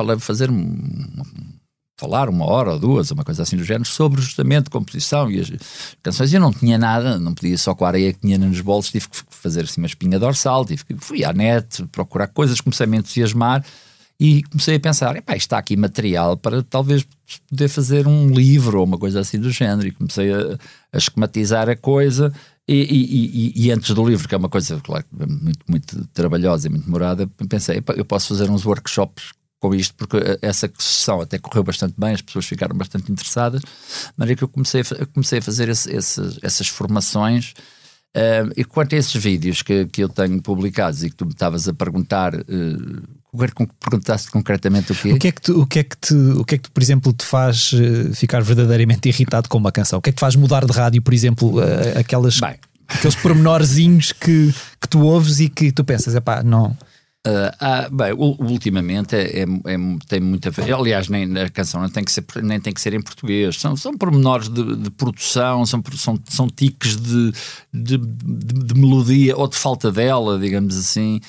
falar uma hora ou duas, uma coisa assim do género, sobre justamente composição e as canções. Eu não tinha nada, não podia só com a areia que tinha nos bolsos, tive que fazer assim uma espinha dorsal, fui à net procurar coisas, comecei a me entusiasmar e comecei a pensar, isto está aqui material para talvez poder fazer um livro ou uma coisa assim do género, e comecei a esquematizar a coisa. E antes do livro, que é uma coisa, claro, muito, muito trabalhosa e muito demorada, pensei, eu posso fazer uns workshops com isto, porque essa sessão até correu bastante bem, as pessoas ficaram bastante interessadas, mas é que eu comecei a fazer essas formações. E quanto a esses vídeos que eu tenho publicados e que tu me estavas a perguntar, perguntaste concretamente o quê? O que é que tu, por exemplo, te faz ficar verdadeiramente irritado com uma canção? O que é que te faz mudar de rádio, por exemplo, aquelas... Bem, Aqueles pormenorzinhos que tu ouves e que tu pensas, não... Bem, ultimamente tem muita... Aliás, nem a canção nem tem que ser em português. São pormenores de produção, são tiques de melodia ou de falta dela, digamos assim.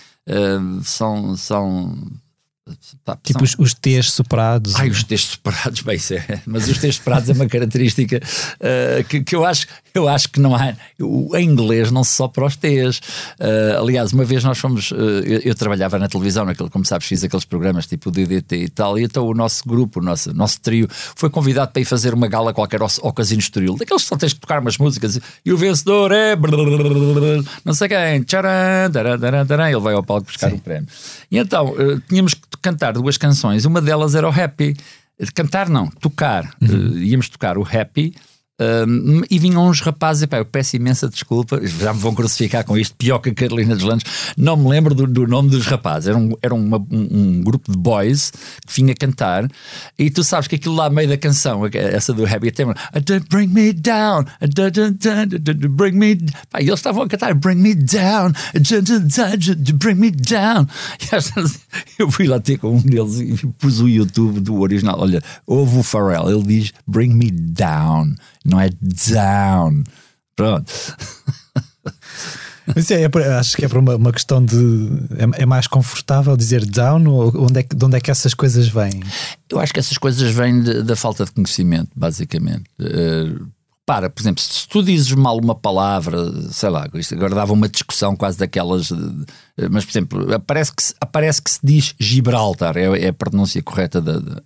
Tipo os T's superados. Os T's superados, bem, mas os T's superados é uma característica que eu acho que não há. Em inglês não se sopra os T's. Aliás, uma vez nós fomos. Eu trabalhava na televisão, como sabes, fiz aqueles programas tipo o DDT e tal, e então o nosso grupo, o nosso trio, foi convidado para ir fazer uma gala qualquer ao Casino Estoril, daqueles que só tens que tocar umas músicas e o vencedor é. Não sei quem. Tcharam, ele vai ao palco buscar um prémio. E então tínhamos que cantar 2 canções, uma delas era o Happy. Cantar não, tocar. Íamos tocar o Happy. E vinham uns rapazes, eu peço imensa desculpa, já me vão crucificar com isto, pior que a Carolina dos Landes, não me lembro do nome dos rapazes, era um grupo de boys que vinha cantar, e tu sabes que aquilo lá, meio da canção, essa do Happy, tem Bring me down, bring me down. E eles estavam a cantar Bring me down, bring me down. E eu fui lá ter com um deles e pus o YouTube do original. Olha, ouve o Pharrell, ele diz Bring me down, não é down. Pronto. Mas acho que é por uma questão de... É mais confortável dizer down, ou de onde é que essas coisas vêm? Eu acho que essas coisas vêm da falta de conhecimento, basicamente. Por exemplo, se tu dizes mal uma palavra, sei lá, isto agora dava uma discussão quase daquelas, mas por exemplo, parece que se diz Gibraltar, é a pronúncia correta,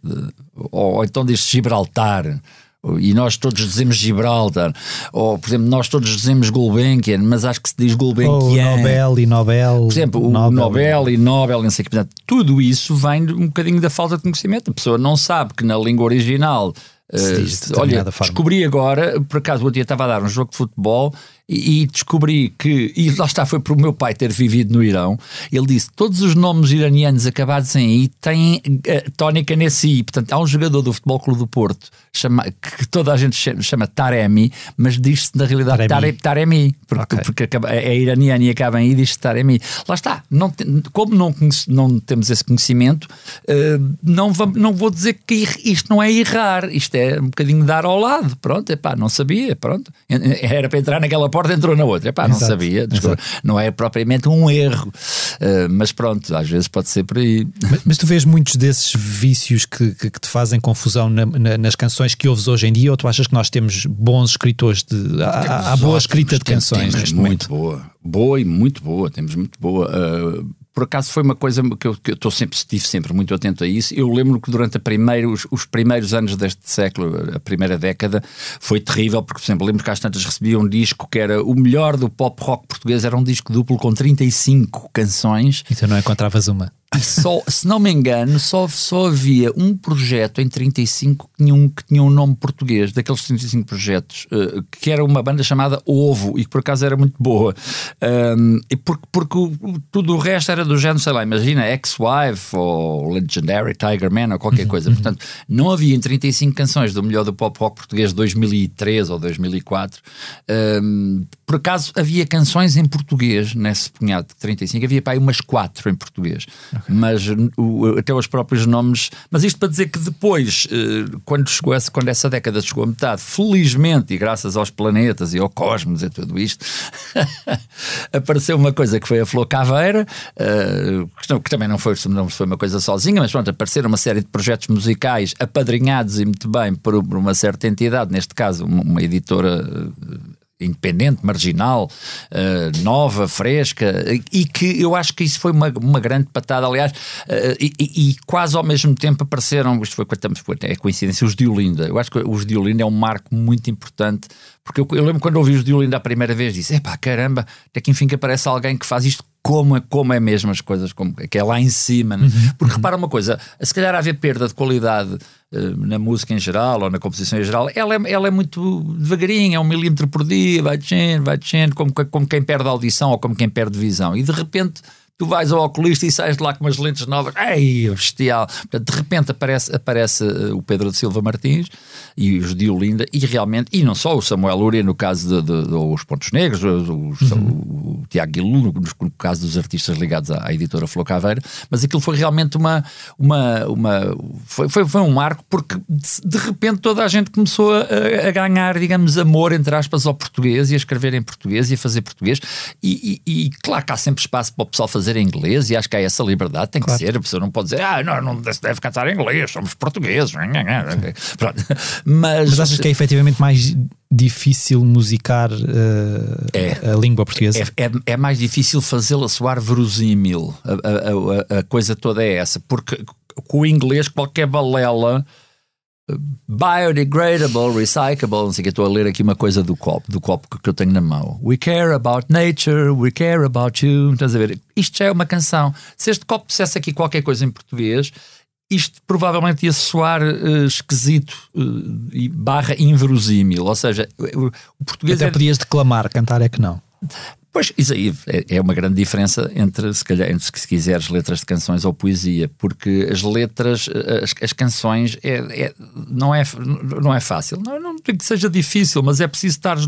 ou então diz Gibraltar. E nós todos dizemos Gibraltar, ou por exemplo, nós todos dizemos Gulbenkian, mas acho que se diz Gulbenkian. Nobel e Nobel. Por exemplo, o Nobel e Nobel, não sei o que. Portanto, tudo isso vem um bocadinho da falta de conhecimento. A pessoa não sabe que na língua original. Olha, descobri agora, por acaso o dia estava a dar um jogo de futebol e descobri que, e lá está, foi por o meu pai ter vivido no Irão. Ele disse que todos os nomes iranianos acabados em I têm tónica nesse I. Portanto, há um jogador do Futebol Clube do Porto que toda a gente chama Taremi, mas diz-se na realidade Taremi, porque é iraniano e acaba em I, diz-se Taremi. Lá está, como não temos esse conhecimento, não vou dizer que isto não é errar, isto é um bocadinho dar ao lado. Pronto, não sabia, pronto. Era para entrar naquela porta, entrou na outra. Não sabia, não é propriamente um erro, mas pronto, às vezes pode ser por aí. Mas tu vês muitos desses vícios que te fazem confusão nas canções que ouves hoje em dia, ou tu achas que nós temos bons escritores há boa escrita de canções neste momento? Boa e muito boa, temos muito boa. Por acaso foi uma coisa que eu estive sempre muito atento a isso. Eu lembro que durante os primeiros anos deste século, a primeira década, foi terrível, porque, por exemplo, lembro que às tantas recebia um disco que era o melhor do pop rock português, era um disco duplo com 35 canções. E tu não encontravas uma? Se não me engano, só havia um projeto em 35 que tinha um nome português, daqueles 35 projetos, que era uma banda chamada Ovo, e que por acaso era muito boa. Porque tudo o resto era do género, sei lá, imagina Ex-Wife ou Legendary Tiger Man ou qualquer coisa. Portanto, não havia em 35 canções do melhor do pop rock português de 2003 ou 2004. Por acaso havia canções em português nesse punhado de 35, havia para aí umas 4 em português. Mas até os próprios nomes. Mas isto para dizer que depois, quando essa década chegou a metade, felizmente, e graças aos planetas e ao cosmos e tudo isto, apareceu uma coisa que foi a Flor Caveira, que também não foi uma coisa sozinha, mas pronto, apareceram uma série de projetos musicais apadrinhados e muito bem por uma certa entidade, neste caso uma editora independente, marginal, nova, fresca, e que eu acho que isso foi uma grande patada, aliás, e quase ao mesmo tempo apareceram, isto foi coincidência, os de Olinda. Eu acho que os de Olinda é um marco muito importante, porque eu lembro quando ouvi os de Olinda a primeira vez, disse, caramba, até que enfim que aparece alguém que faz isto como é mesmo as coisas, que é lá em cima, né? Porque repara uma coisa, se calhar haver perda de qualidade na música em geral ou na composição em geral, ela é muito devagarinho, é 1 milímetro por dia, vai descendo, como quem perde a audição ou como quem perde visão, e de repente tu vais ao oculista e sais de lá com umas lentes novas, ei, bestial. Portanto, de repente aparece o Pedro de Silva Martins e o Judí Olinda, e realmente, e não só o Samuel Lúria no caso dos Pontos Negros, o Tiago Guilu no caso dos artistas ligados à editora Flor Caveira, mas aquilo foi realmente foi um marco, porque de repente toda a gente começou a ganhar, digamos, amor, entre aspas, ao português, e a escrever em português e a fazer português, e claro que há sempre espaço para o pessoal fazer em inglês, e acho que há essa liberdade, tem que ser, a pessoa não pode dizer, não deve cantar em inglês, somos portugueses. Pronto. Mas achas que é efetivamente mais difícil musicar a língua portuguesa? É mais difícil fazê-la soar verosímil. A coisa toda é essa, porque com o inglês qualquer balela, biodegradable, recyclable, não sei o que, estou a ler aqui uma coisa do copo que eu tenho na mão. We care about nature, we care about you. Estás a ver? Isto já é uma canção. Se este copo dissesse aqui qualquer coisa em português, isto provavelmente ia soar esquisito e barra inverosímil. Ou seja, o português até podias declamar, cantar é que não. Pois, isso aí é uma grande diferença entre, se quiseres, letras de canções ou poesia, porque as letras, as canções, não é fácil. Não digo que seja difícil, mas é preciso estares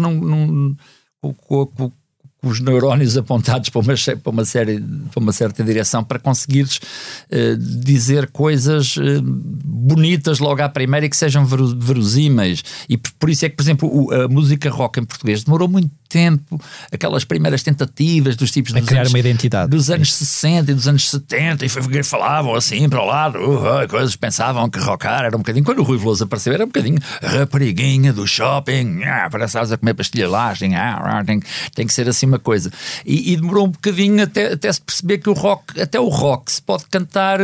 com os neurónios apontados para uma certa direção, para conseguires dizer coisas bonitas logo à primeira e que sejam verosímeis. E por isso é que, por exemplo, a música rock em português demorou muito tempo, aquelas primeiras tentativas dos tipos uma identidade dos anos 60 e dos anos 70, e falavam assim para o lado, coisas, pensavam que rockar era um bocadinho, quando o Rui Veloso apareceu, era um bocadinho rapariguinha do shopping, parece a comer pastilha elástica, tem que ser assim uma coisa. E demorou um bocadinho até se perceber que até o rock se pode cantar,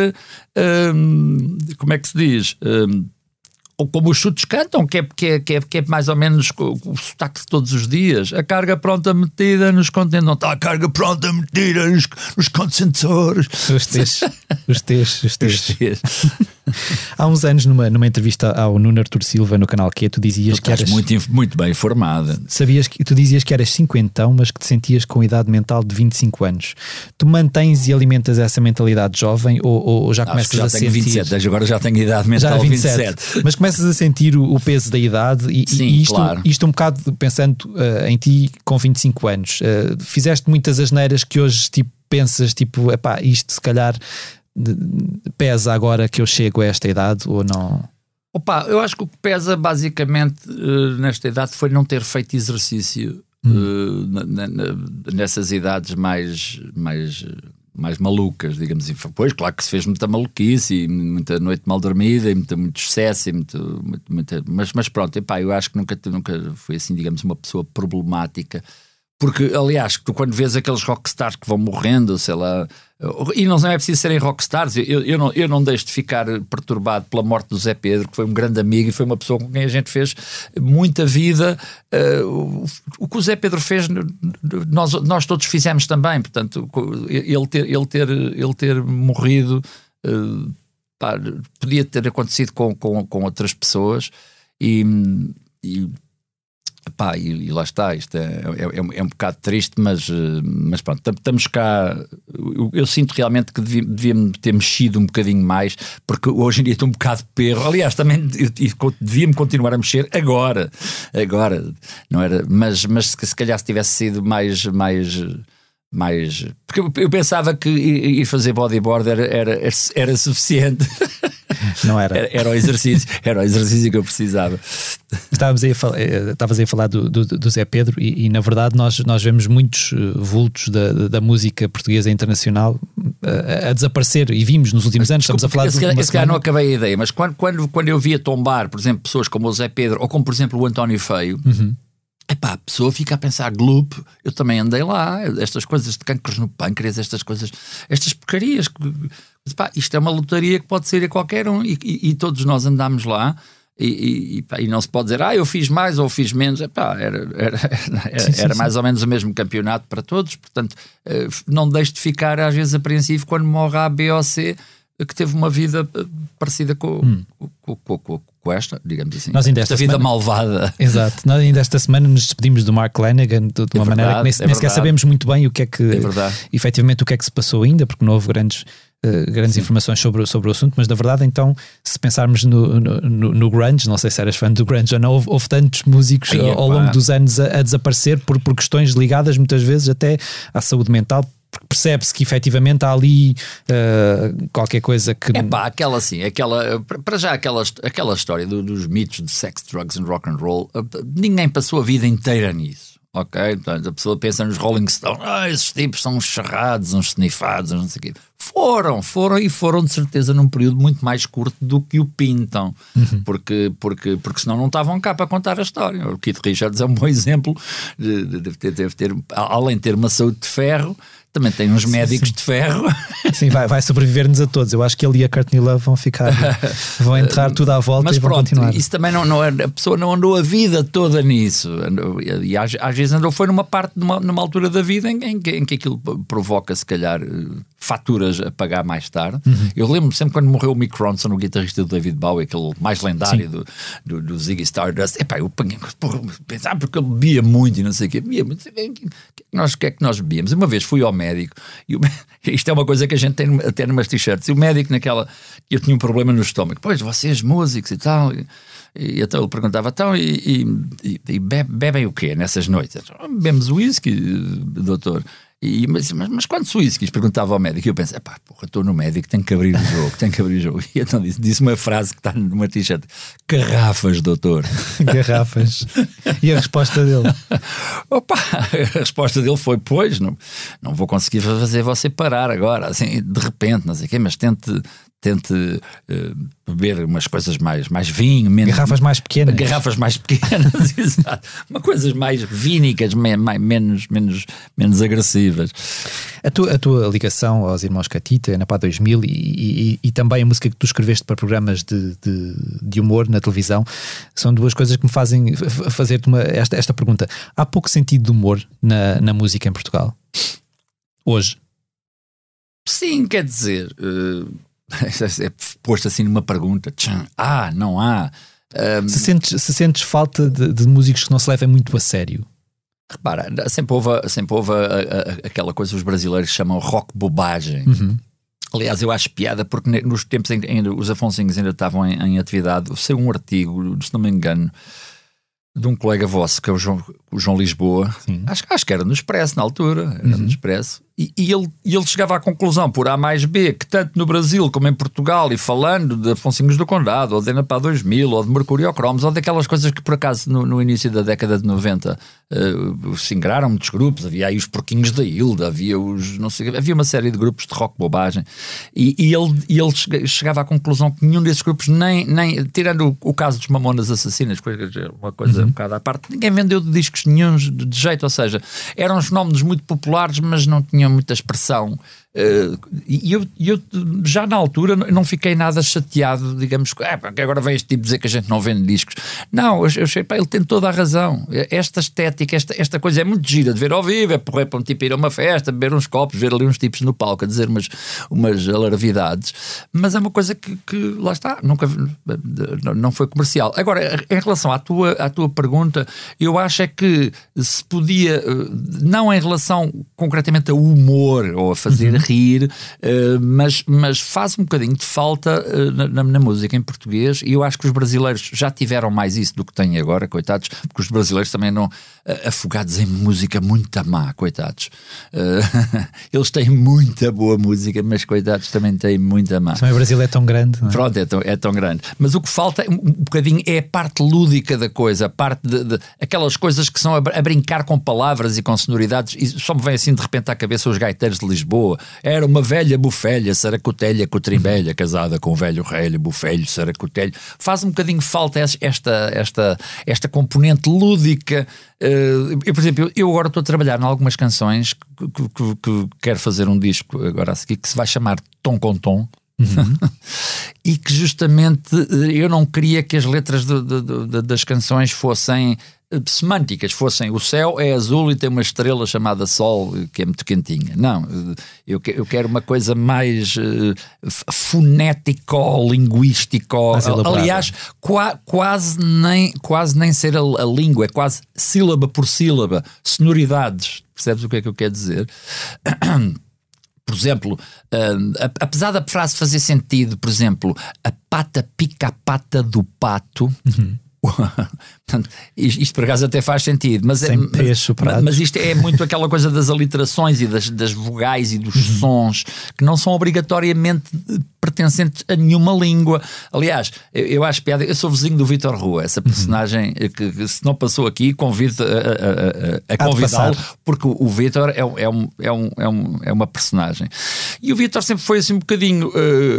como é que se diz? Ou como os chutes cantam, que é mais ou menos o sotaque de todos os dias. A carga pronta metida nos contentores. Não está a carga pronta metida nos contentores. Os T's. Há uns anos, numa entrevista ao Nuno Artur Silva no canal Q, tu dizias que eras muito bem informada. Tu dizias que eras cinquentão, mas que te sentias com idade mental de 25 anos. Tu mantens e alimentas essa mentalidade jovem ou já começas a sentir... Tenho 27, agora já tenho idade mental de 27. Mas começas a sentir o peso da idade e isto, claro. Isto um bocado pensando em ti com 25 anos. Fizeste muitas asneiras que hoje pensas, isto se calhar pesa agora que eu chego a esta idade ou não? Eu acho que o que pesa basicamente nesta idade foi não ter feito exercício nessas idades mais malucas, digamos assim. Pois, claro que se fez muita maluquice e muita noite mal dormida e muito excesso e mas pronto, eu acho que nunca fui assim, digamos, uma pessoa problemática. Porque, aliás, tu quando vês aqueles rockstars que vão morrendo, sei lá, e não é preciso serem rockstars, eu não deixo de ficar perturbado pela morte do Zé Pedro, que foi um grande amigo e foi uma pessoa com quem a gente fez muita vida. O que o Zé Pedro fez, nós todos fizemos também. Portanto, ele ter morrido podia ter acontecido com outras pessoas e lá está, isto é um bocado triste, mas pronto, estamos cá. Eu sinto realmente que devia-me ter mexido um bocadinho mais, porque hoje em dia estou um bocado perro. Aliás, também devia-me continuar a mexer agora não era, mas se calhar se tivesse sido mais porque eu pensava que ir fazer bodyboard era suficiente. Não era. Era o exercício que eu precisava. Estavas aí a falar do Zé Pedro e na verdade nós vemos muitos vultos da música portuguesa internacional a desaparecer, e vimos nos últimos anos. Estamos a falar esse cara, não acabei a ideia, mas quando eu via tombar, por exemplo, pessoas como o Zé Pedro ou como, por exemplo, o António Feio, a pessoa fica a pensar, gloop, eu também andei lá, estas coisas de cancros no pâncreas, estas porcarias, isto é uma lotaria que pode ser a qualquer um, e todos nós andámos lá, e não se pode dizer, eu fiz mais ou fiz menos, era mais ou menos o mesmo campeonato para todos. Portanto, não deixe de ficar às vezes apreensivo quando morre A, B ou C, que teve uma vida parecida com esta, digamos assim. Nós ainda esta vida malvada. Exato. Nós ainda esta semana nos despedimos do Mark Lanegan de uma maneira que nem sequer sabemos muito bem o que é que efetivamente o que é que se passou ainda, porque não houve grandes informações sobre o assunto, mas na verdade então se pensarmos no grunge, não sei se eras fã do grunge ou não, houve tantos músicos ao longo dos anos a desaparecer por questões ligadas muitas vezes até à saúde mental, porque percebe-se que efetivamente há ali qualquer coisa que... aquela história dos mitos de sex, drugs and rock and roll, ninguém passou a vida inteira nisso. Ok, então a pessoa pensa nos Rolling Stones, esses tipos são uns charrados, uns snifados, não sei o quê. Foram de certeza num período muito mais curto do que o pintam, porque senão não estavam cá para contar a história. O Keith Richards é um bom exemplo, deve ter, além de ter uma saúde de ferro, também tem uns médicos de ferro. Sim, vai sobreviver-nos a todos. Eu acho que ele e a Courtney Love vão entrar tudo à volta. Mas e vão continuar. Isso também não é, a pessoa não andou a vida toda nisso. E às vezes foi numa altura da vida em que aquilo provoca, se calhar, faturas a pagar mais tarde. Eu lembro sempre quando morreu o Mick Ronson, o guitarrista do David Bowie, aquele mais lendário do Ziggy Stardust. Eu pensava porque ele bebia muito e não sei o quê. Bebia muito. O que é que nós bebíamos? Uma vez fui ao médico e isto é uma coisa que a gente tem até numas t-shirts, e o médico eu tinha um problema no estômago, pois vocês músicos e tal, e então ele perguntava, então e bebem o quê nessas noites? Bebemos whisky, doutor. Mas quantos whiskies? Perguntava ao médico. E eu pensei, estou no médico, tenho que abrir o jogo. E então disse uma frase que está numa t-shirt: garrafas, doutor. Garrafas. E a resposta dele? A resposta dele foi: pois, não vou conseguir fazer você parar agora, assim, de repente, não sei o quê, mas tente beber umas coisas mais vinho, garrafas mais pequenas, exato, coisas mais vínicas, menos agressivas. A tua ligação aos Irmãos Catita, na PA 2000 e também a música que tu escreveste para programas de humor na televisão são duas coisas que me fazem fazer-te esta pergunta. Há pouco sentido de humor na música em Portugal hoje? Sim, quer dizer, é posto assim numa pergunta. Não há. Se sentes falta de músicos que não se levem muito a sério? Repara, sempre houve aquela coisa que os brasileiros chamam rock bobagem. Aliás, eu acho piada porque nos tempos em que os Afonsinhos ainda estavam em atividade, saiu um artigo, se não me engano, de um colega vosso, que é o João Lisboa. Acho que era no Expresso na altura, no Expresso, e ele chegava à conclusão, por A mais B, que tanto no Brasil como em Portugal, e falando de Afonsinhos do Condado, ou de Enapá 2000, ou de Mercúrio Cromos, ou daquelas coisas que por acaso no início da década de 90 se ingraram muitos grupos, havia aí os Porquinhos da Hilda, havia uma série de grupos de rock bobagem, e ele chegava à conclusão que nenhum desses grupos, nem tirando o caso dos Mamonas Assassinas, uma coisa um bocado à parte, ninguém vendeu discos nenhum de jeito, ou seja, eram fenómenos muito populares, mas não tinham muita expressão. E eu já na altura não fiquei nada chateado, digamos, porque agora vem este tipo dizer que a gente não vende discos. Não, eu achei, ele tem toda a razão. Esta estética, esta coisa é muito gira de ver ao vivo, é porra para um tipo ir a uma festa, beber uns copos, ver ali uns tipos no palco a dizer umas alarvidades, mas é uma coisa que lá está, nunca não foi comercial. Agora, em relação à tua pergunta, eu acho é que se podia, não em relação concretamente a humor ou a fazer rir, mas faz um bocadinho de falta na música em português, e eu acho que os brasileiros já tiveram mais isso do que têm agora, coitados, porque os brasileiros também não afogados em música muito má, coitados. Eles têm muita boa música, mas coitados também têm muita má. Também o Brasil é tão grande, não é? Pronto, é tão grande. Mas o que falta um bocadinho é a parte lúdica da coisa, a parte de aquelas coisas que são a brincar com palavras e com sonoridades, e só me vem assim de repente à cabeça os gaiteiros de Lisboa. Era uma velha bufelha, saracotelha, cotrimbelha, casada com um velho relho, bufelho, saracotelho. Faz um bocadinho falta esta componente lúdica. Por exemplo, eu agora estou a trabalhar em algumas canções que quero fazer um disco agora a seguir, que se vai chamar Tom com Tom. E que justamente eu não queria que as letras das canções fossem semânticas fossem: o céu é azul e tem uma estrela chamada Sol, que é muito quentinha. Não, eu quero uma coisa mais fonético-linguístico. Aliás, quase nem ser a língua, é quase sílaba por sílaba, sonoridades. Percebes o que é que eu quero dizer? Por exemplo, apesar da frase fazer sentido, por exemplo, a pata pica a pata do pato. Isto por acaso até faz sentido, mas isto é muito aquela coisa das aliterações e das vogais e dos sons que não são obrigatoriamente pertencentes a nenhuma língua. Aliás, eu acho piada. Eu sou vizinho do Vítor Rua, essa personagem que se não passou aqui, convido a convidá-lo, porque o Vítor é uma personagem. E o Vítor sempre foi assim um bocadinho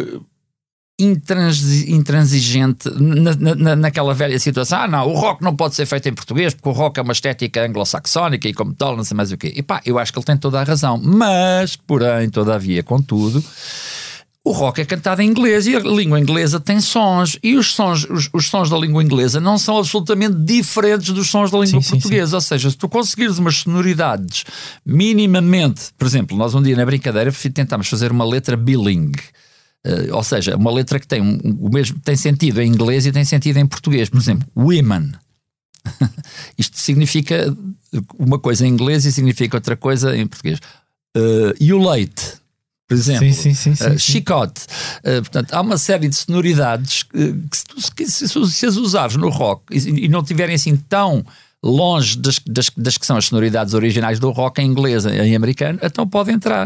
intransigente naquela velha situação. Não, o rock não pode ser feito em português porque o rock é uma estética anglo-saxónica e como tal, não sei mais o quê. E pá, eu acho que ele tem toda a razão, mas, porém, todavia, contudo, o rock é cantado em inglês e a língua inglesa tem sons, e os sons da língua inglesa não são absolutamente diferentes dos sons da língua portuguesa. Ou seja, se tu conseguires umas sonoridades minimamente, por exemplo, nós um dia na brincadeira tentámos fazer uma letra bilingue. Ou seja, uma letra que tem o mesmo, tem sentido em inglês e tem sentido em português. Por exemplo, women. Isto significa uma coisa em inglês e significa outra coisa em português. You late, por exemplo. Chicote. Portanto, há uma série de sonoridades que se as usares no rock e não tiverem assim tão longe das que são as sonoridades originais do rock em inglês, em americano, então pode entrar.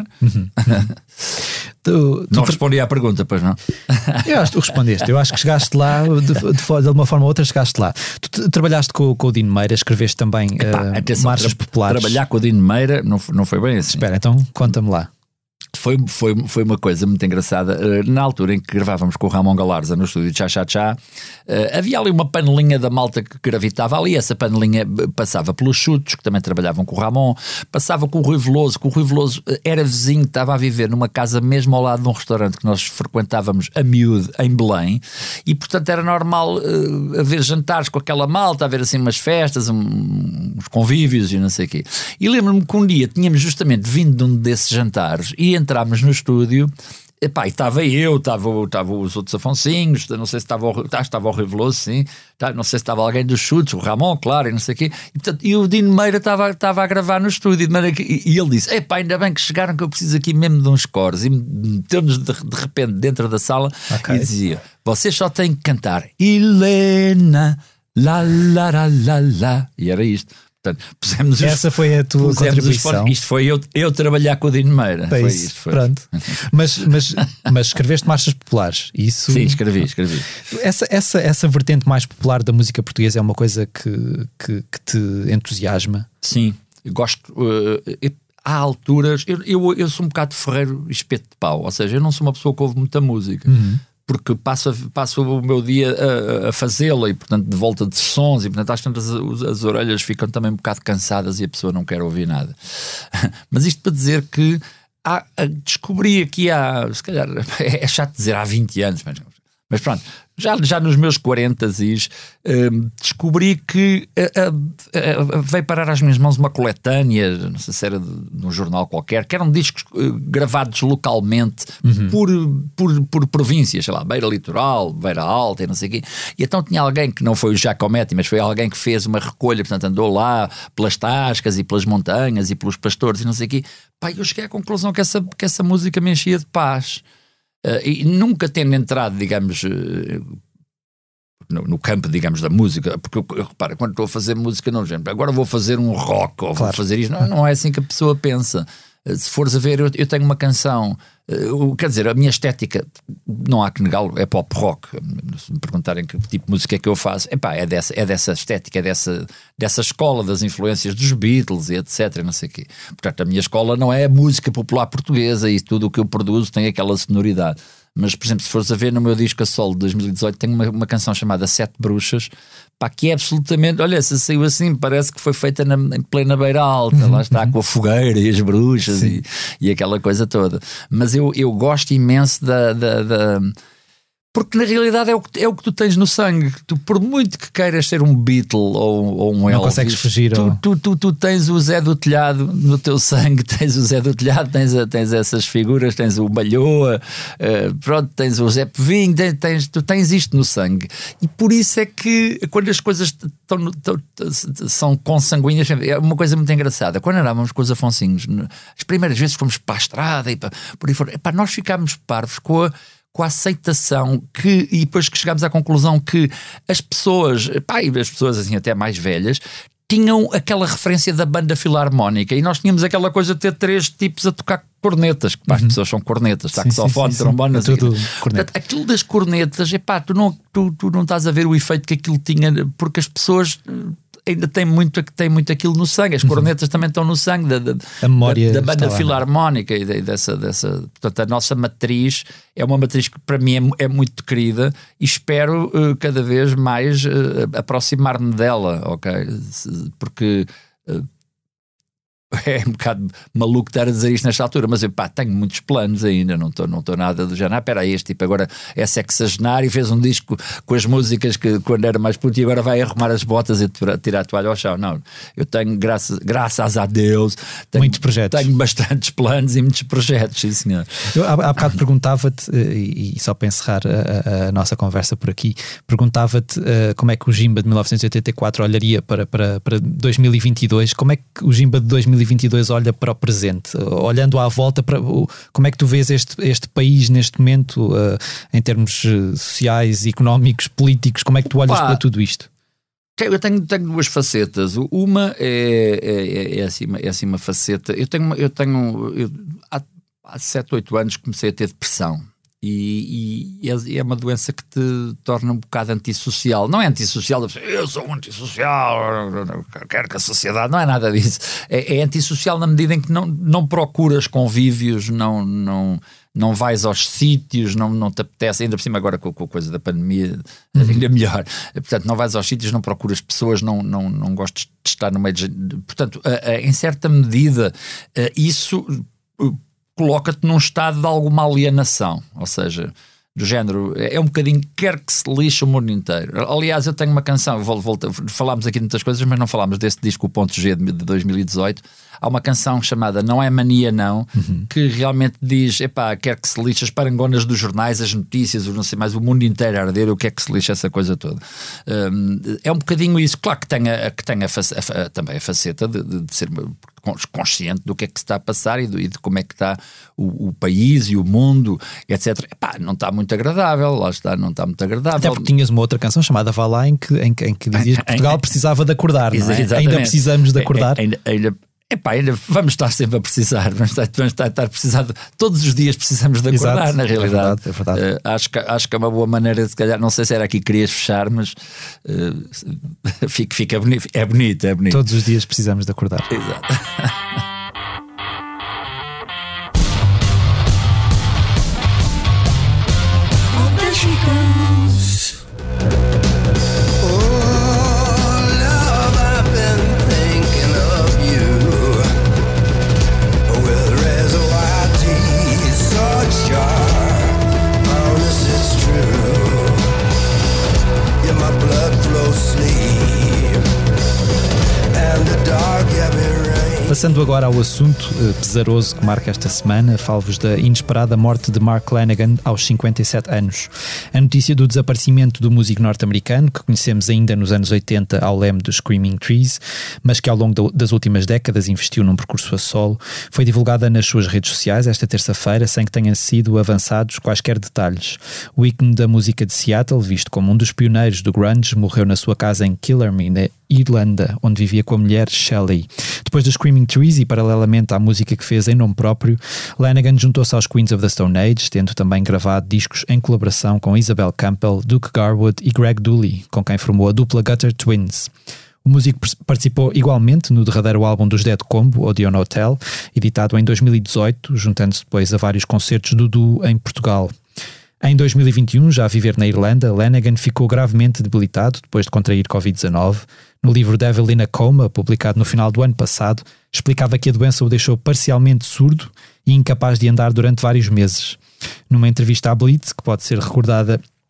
Não respondi à pergunta, pois não? Eu acho que tu respondeste. Eu acho que chegaste lá de uma forma ou outra, chegaste lá. Tu trabalhaste com o Dino Meira, escreveste também marchas populares. Trabalhar com o Dino Meira não foi bem assim. Espera, então conta-me lá. Foi uma coisa muito engraçada. Na altura em que gravávamos com o Ramon Galarza no estúdio de Chá, havia ali uma panelinha da malta que gravitava ali. Essa panelinha passava pelos Chutos, que também trabalhavam com o Ramon, passava com o Rui Veloso, que o Rui Veloso era vizinho, estava a viver numa casa mesmo ao lado de um restaurante que nós frequentávamos a miúdo em Belém, e portanto era normal haver jantares com aquela malta, haver assim umas festas, uns convívios e não sei o quê. E lembro-me que um dia tínhamos justamente vindo de um desses jantares e entrámos no estúdio. Epá, e estava os outros Afonsinhos, não sei se estava o Rui Veloso, sim, não sei se estava alguém dos Chutes, o Ramon, claro, e não sei o quê, e o Dino Meira estava a gravar no estúdio, e ele disse: epá, ainda bem que chegaram, que eu preciso aqui mesmo de uns cores, e meteu-nos de repente dentro da sala e dizia: vocês só têm que cantar Helena, la la la la la, e era isto. Portanto, essa foi a tua contribuição. Isto foi eu trabalhar com o Dino Meira. Foi isto. Pronto. Mas escreveste marchas populares. Isso... Sim, escrevi. Essa vertente mais popular da música portuguesa é uma coisa que te entusiasma? Sim, gosto. Há alturas. Eu sou um bocado de ferreiro e espeto de pau. Ou seja, eu não sou uma pessoa que ouve muita música. Porque passo o meu dia a fazê-la, e portanto de volta de sons, e portanto às tantas as orelhas ficam também um bocado cansadas e a pessoa não quer ouvir nada. Mas isto para dizer que descobri aqui se calhar é chato dizer há 20 anos, mas pronto, já nos meus 40 descobri que veio parar às minhas mãos uma coletânea, não sei se era de um jornal qualquer, que eram discos gravados localmente por províncias, sei lá, Beira Litoral, Beira Alta e não sei o quê. E então tinha alguém que não foi o Giacometti, mas foi alguém que fez uma recolha, portanto andou lá pelas tascas e pelas montanhas e pelos pastores e não sei o quê. Pá, eu cheguei à conclusão que essa música me enchia de paz. E nunca tendo entrado, digamos, no campo, digamos, da música, porque eu reparo, quando estou a fazer música, não, gente, agora vou fazer um rock ou vou fazer isto, não é assim que a pessoa pensa. Se fores a ver, eu tenho uma canção, quer dizer, a minha estética, não há que negá-lo, é pop rock. Se me perguntarem que tipo de música é que eu faço, é dessa estética, é dessa escola das influências dos Beatles e etc, não sei o quê. Portanto, a minha escola não é a música popular portuguesa, e tudo o que eu produzo tem aquela sonoridade. Mas, por exemplo, se fores a ver no meu disco a solo de 2018, tenho uma canção chamada Sete Bruxas, pá, que é absolutamente, olha, se saiu assim, parece que foi feita em plena Beira Alta, lá está, com a fogueira e as bruxas e aquela coisa toda. Mas eu gosto imenso Porque na realidade é o que tu tens no sangue. Tu, por muito que queiras ser um Beatle ou um Elvis, não consegues fugir. Tu tens o Zé do Telhado no teu sangue, tens o Zé do Telhado, tens essas figuras, tens o Malhoa, pronto, tens o Zé Povinho, tu tens isto no sangue. E por isso é que quando as coisas são consanguíneas, é uma coisa muito engraçada. Quando andávamos com os Afonsinhos, as primeiras vezes fomos para a estrada e por aí fora, nós ficámos parvos com a aceitação e depois que chegámos à conclusão que as pessoas, e as pessoas assim até mais velhas, tinham aquela referência da banda filarmónica, e nós tínhamos aquela coisa de ter 3 tipos a tocar cornetas, que as pessoas são cornetas, saxofone, trombone, tudo corneta. Aquilo das cornetas, tu não estás a ver o efeito que aquilo tinha, porque as pessoas ainda tem muito aquilo no sangue. As cornetas também estão no sangue a memória da banda filarmónica e dessa. Portanto, a nossa matriz é uma matriz que para mim é muito querida e espero cada vez mais aproximar-me dela, ok? Porque é um bocado maluco estar a dizer isto nesta altura, mas eu tenho muitos planos ainda, não estou nada do género. Espera aí, este tipo agora é sexagenário e fez um disco com as músicas que quando era mais puto e agora vai arrumar as botas e tirar a toalha ao chão. Não, eu tenho, graças a Deus, muitos projetos. Tenho bastantes planos e muitos projetos, sim senhor. Eu há bocado perguntava-te, e só para encerrar a nossa conversa por aqui, perguntava-te como é que o Jimba de 1984 olharia para 2022, como é que o Jimba de 2022 olha para o presente, olhando à volta, como é que tu vês este país neste momento, em termos sociais, económicos, políticos, como é que tu olhas para tudo isto? Eu tenho 2 facetas. Uma é assim uma faceta. Eu há 7, 8 anos comecei a ter depressão. E é uma doença que te torna um bocado antissocial. Não é antissocial, eu sou antissocial, quero que a sociedade... Não é nada disso. É antissocial na medida em que não procuras convívios, não vais aos sítios, não te apetece, ainda por cima agora com a coisa da pandemia, ainda melhor. Portanto, não vais aos sítios, não procuras pessoas, não gostas de estar no meio de... Portanto, em certa medida, isso... coloca-te num estado de alguma alienação, ou seja, do género, é um bocadinho, quer que se lixe o mundo inteiro. Aliás, eu tenho uma canção, falámos aqui de muitas coisas, mas não falámos desse disco, o Ponto G de 2018, há uma canção chamada Não é Mania Não, que realmente diz, quer que se lixe as parangonas dos jornais, as notícias, não sei mais, o mundo inteiro a arder, o que é que se lixe essa coisa toda. É um bocadinho isso, claro que tem também a faceta de ser consciente do que é que se está a passar e de como é que está o país e o mundo, etc. Não está muito agradável, lá está, não está muito agradável. Até porque tinhas uma outra canção chamada Vá Lá em que dizias que Portugal precisava de acordar, não é? Exatamente. Ainda precisamos de acordar. Ainda vamos estar sempre a precisar, vamos estar a precisar todos os dias precisamos de acordar. Exato, na realidade. É verdade. Acho que é uma boa maneira, se calhar, não sei se era aqui que querias fechar, mas fica bonito, é bonito. Todos os dias precisamos de acordar. Exato. Passando agora ao assunto pesaroso que marca esta semana, falo-vos da inesperada morte de Mark Lanegan aos 57 anos. A notícia do desaparecimento do músico norte-americano, que conhecemos ainda nos anos 80 ao leme dos Screaming Trees, mas que ao longo das últimas décadas investiu num percurso a solo, foi divulgada nas suas redes sociais esta terça-feira, sem que tenham sido avançados quaisquer detalhes. O ícone da música de Seattle, visto como um dos pioneiros do grunge, morreu na sua casa em Killarney, na Irlanda, onde vivia com a mulher Shelley. Depois dos Screaming Trees e paralelamente à música que fez em nome próprio, Lanegan juntou-se aos Queens of the Stone Age, tendo também gravado discos em colaboração com Isabel Campbell, Duke Garwood e Greg Dulli, com quem formou a dupla Gutter Twins. O músico participou igualmente no derradeiro álbum dos Dead Combo, Odeon Hotel, editado em 2018, juntando-se depois a vários concertos do duo em Portugal. Em 2021, já a viver na Irlanda, Lanegan ficou gravemente debilitado depois de contrair Covid-19. No livro Devil in a Coma, publicado no final do ano passado, explicava que a doença o deixou parcialmente surdo e incapaz de andar durante vários meses. Numa entrevista à Blitz, que pode ser recordada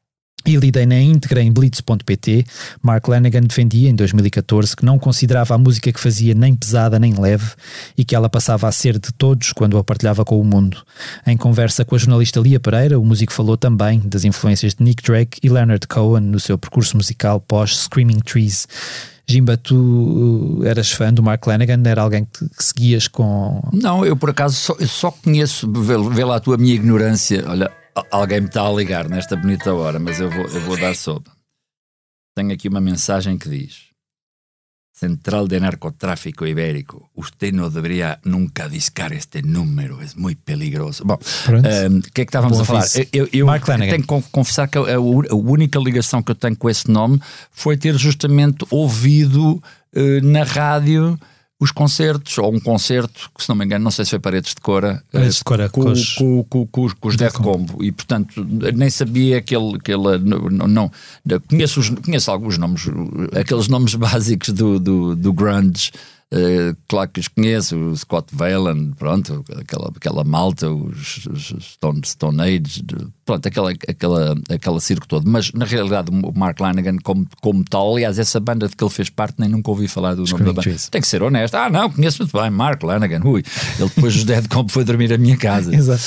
e lidei na íntegra em Blitz.pt, Mark Lanegan defendia em 2014 que não considerava a música que fazia nem pesada nem leve e que ela passava a ser de todos quando a partilhava com o mundo. Em conversa com a jornalista Lia Pereira, o músico falou também das influências de Nick Drake e Leonard Cohen no seu percurso musical pós-Screaming Trees. Jimba, tu eras fã do Mark Lanegan? Era alguém que seguias com... Não, eu por acaso só conheço, vê lá a tua minha ignorância, olha... Alguém me está a ligar nesta bonita hora, mas eu vou dar sobre. Tenho aqui uma mensagem que diz: Central de Narcotráfico Ibérico, usted não deveria nunca discar este número, é muito peligroso. Bom, o que é que estávamos a falar? Eu tenho que confessar que a única ligação que eu tenho com esse nome foi ter justamente ouvido na rádio os concertos, ou um concerto, que se não me engano, não sei se foi Paredes de Cora, com os Death Combo, e portanto nem sabia não conheço alguns nomes, aqueles nomes básicos do grunge, claro que os conheço, o Scott Weiland, pronto, aquela malta, os Stone Age, pronto, aquela circo todo, mas na realidade o Mark Lanegan como tal, aliás, essa banda de que ele fez parte, nem nunca ouvi falar do nome da banda. Tem que ser honesto, não, conheço muito bem Mark Lanegan, ele depois dos Dead Comp foi dormir à minha casa. Exato.